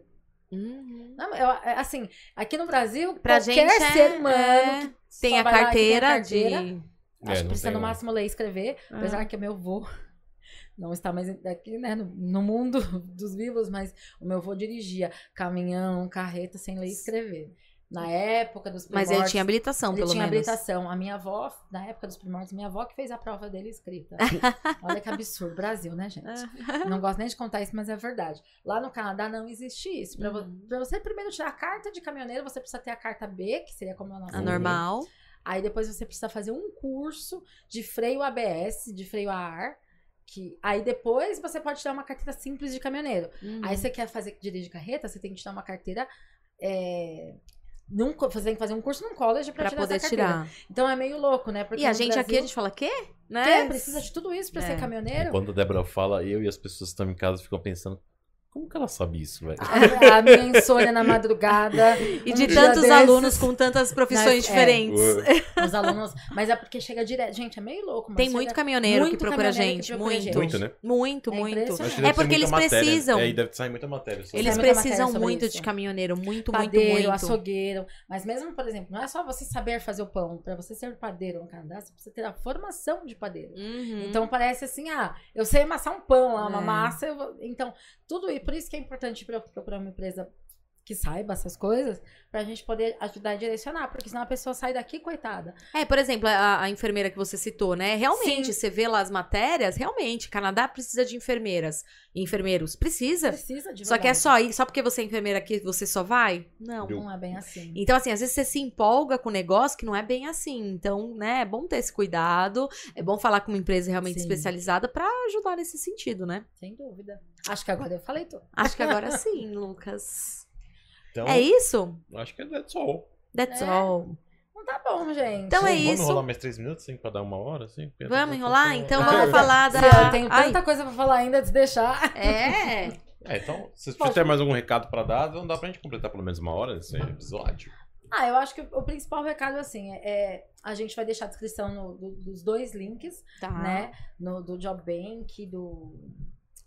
Uhum. Não, eu, é, assim, aqui no Brasil, Pra qualquer gente é- ser humano é, que Tem só a vai lá e carteira, tem a carteira, de... É, acho que não precisa tem no um- máximo ler e escrever, Ah. apesar que o meu avô não está mais aqui, né, no, no mundo dos vivos, mas o meu avô dirigia caminhão, carreta, sem ler e escrever. Na época dos Mas primórdios... ele tinha habilitação, ele pelo tinha menos. habilitação. A minha avó, na época dos primórdios, minha avó que fez a prova dele escrita. Olha que absurdo. Brasil, né, gente? Não gosto nem de contar isso, mas é verdade. Lá no Canadá não existe isso. Pra, vo- Uhum. pra você primeiro tirar a carta de caminhoneiro, você precisa ter a carta B, que seria como a nossa. A normal. Aí depois você precisa fazer um curso de freio A B S, de freio a ar. Que, aí depois você pode tirar uma carteira simples de caminhoneiro. Uhum. Aí você quer fazer dirigir carreta, você tem que tirar uma carteira. É, num, co- você tem que fazer um curso num college pra, Pra tirar poder essa carteira. tirar. Então é meio louco, né? Porque E a no gente aqui, Brasil, a gente fala, quê? Né? quê? Precisa de tudo isso pra É. ser caminhoneiro? Quando a Débora fala, eu e as pessoas que estão em casa ficam pensando, como que ela sabe isso, velho? A, a minha insônia na madrugada. E um de dia tantos desses, alunos com tantas profissões Nós- é. diferentes. Os alunos. Mas é porque chega direto. Gente, é meio louco. Mas Tem chega muito caminhoneiro muito que procura a caminhoneiro que gente. procura a Muito. gente. Muito, né? Muito, É muito. impressionante. Acho que É deve ter porque muita eles matéria. precisam. É, e deve sair muita matéria. sobre Eles Sai isso. muita precisam matéria sobre muito isso. de caminhoneiro. Muito, Padeiro, muito, muito. açougueiro. Mas mesmo, por exemplo, não é só você saber fazer o pão. Pra você ser padeiro no Canadá, você precisa ter a formação de padeiro. Uhum. Então parece assim, ah, eu sei amassar um pão lá, uma É. massa. Eu vou... Então, tudo isso. Por isso que é importante pro- procurar uma empresa que saiba essas coisas, pra gente poder ajudar a direcionar. Porque senão a pessoa sai daqui, coitada. É, por exemplo, a, a enfermeira que você citou, né? Realmente, Sim. você vê lá as matérias, realmente, Canadá precisa de enfermeiras e enfermeiros. Precisa. Precisa de Só que é verdade. só ir, só porque você é enfermeira aqui, você só vai? Não. Eu- Não é bem assim. Então, assim, às vezes você se empolga com o negócio que não é bem assim. Então, né, é bom ter esse cuidado. É bom falar com uma empresa realmente Sim. especializada pra ajudar nesse sentido, né? Sem dúvida. Acho que agora eu falei tudo. Acho que agora sim, Lucas. Então, É isso? acho que é that's all. That's É. all. Não tá bom, gente. Então é Vamos isso. enrolar mais três minutos, assim, pra dar uma hora, assim? Vamos enrolar? Então Ah, vamos eu- falar da... Se eu tenho Ai, tanta coisa pra falar ainda, de deixar. É. É, então, se Posso- tiver mais algum recado pra dar, não dá pra gente completar pelo menos uma hora nesse episódio. Ah, eu acho que o principal recado, assim, é, é a gente vai deixar a descrição no- do- dos dois links, Tá. né? No, do Job Bank, do,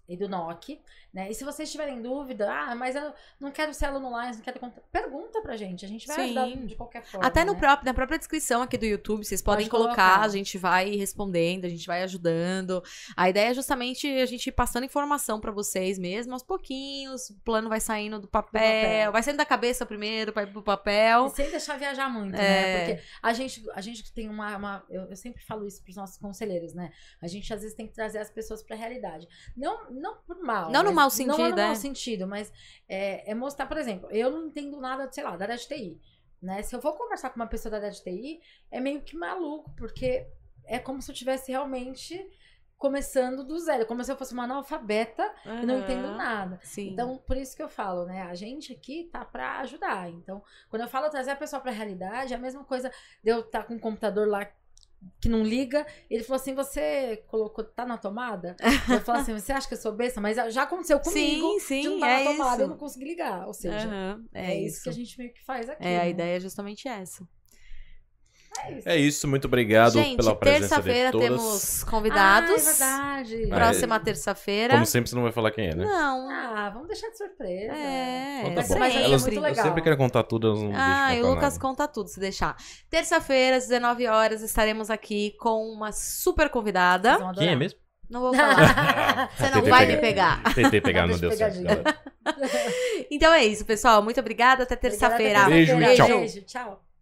e do N O C, né? E se vocês tiverem dúvida, ah, mas eu não quero ser aluno online, não quero contar, pergunta pra gente, a gente vai Sim. ajudar de qualquer forma. Até no né? próprio, na própria descrição aqui do YouTube, vocês podem Pode colocar, colocar. a gente vai respondendo, a gente vai ajudando. A ideia é justamente a gente ir passando informação pra vocês mesmo, aos pouquinhos, o plano vai saindo do papel, papel. vai saindo da cabeça primeiro, vai pro papel. E sem deixar viajar muito, É. né? Porque a gente, a gente tem uma. uma eu, eu sempre falo isso pros nossos conselheiros, né? A gente às vezes tem que trazer as pessoas pra realidade. Não, não por mal. Não no mas- mau Não sentido, é no é. mau sentido, mas é, é mostrar, por exemplo, eu não entendo nada, sei lá, da área de T I. Né? Se eu for conversar com uma pessoa da área de T I, é meio que maluco, porque é como se eu tivesse realmente começando do zero, como se eu fosse uma analfabeta e não Aham. entendo nada. Sim. Então, por isso que eu falo, né? A gente aqui tá pra ajudar. Então, quando eu falo trazer a pessoa pra realidade, é a mesma coisa de eu estar com um computador lá que não liga. Ele falou assim: você colocou, tá na tomada? Eu falo assim: você acha que eu sou besta? Mas já aconteceu Sim, comigo. sim, de não tá é na tomada, isso. eu não consegui ligar. Ou seja, Aham, é, isso que a gente meio que faz aqui. É, a né? ideia é justamente essa. É isso. É isso, muito obrigado Gente, pela presença de terça-feira todas. temos convidados. Ah, é verdade. Próxima terça-feira. Como sempre, você não vai falar quem é, né? Não. Ah, vamos deixar de surpresa. É, Então tá Vai ser- bom. mas aí é Elas- muito eu legal. sempre quero contar tudo, elas não Ah, e deixam o contar Lucas nada. conta tudo, se deixar. Terça-feira, às dezenove horas, estaremos aqui com uma super Vocês convidada. vão Quem é adorar. mesmo? Não vou falar. Você não Tentei vai pegar. me pegar. Tentei pegar, não Deixa deu eu certo, pegadinha. galera. Então é isso, pessoal. Muito obrigada. Até Obrigada, terça-feira. até Beijo, terça-feira. tchau. Beijo, tchau.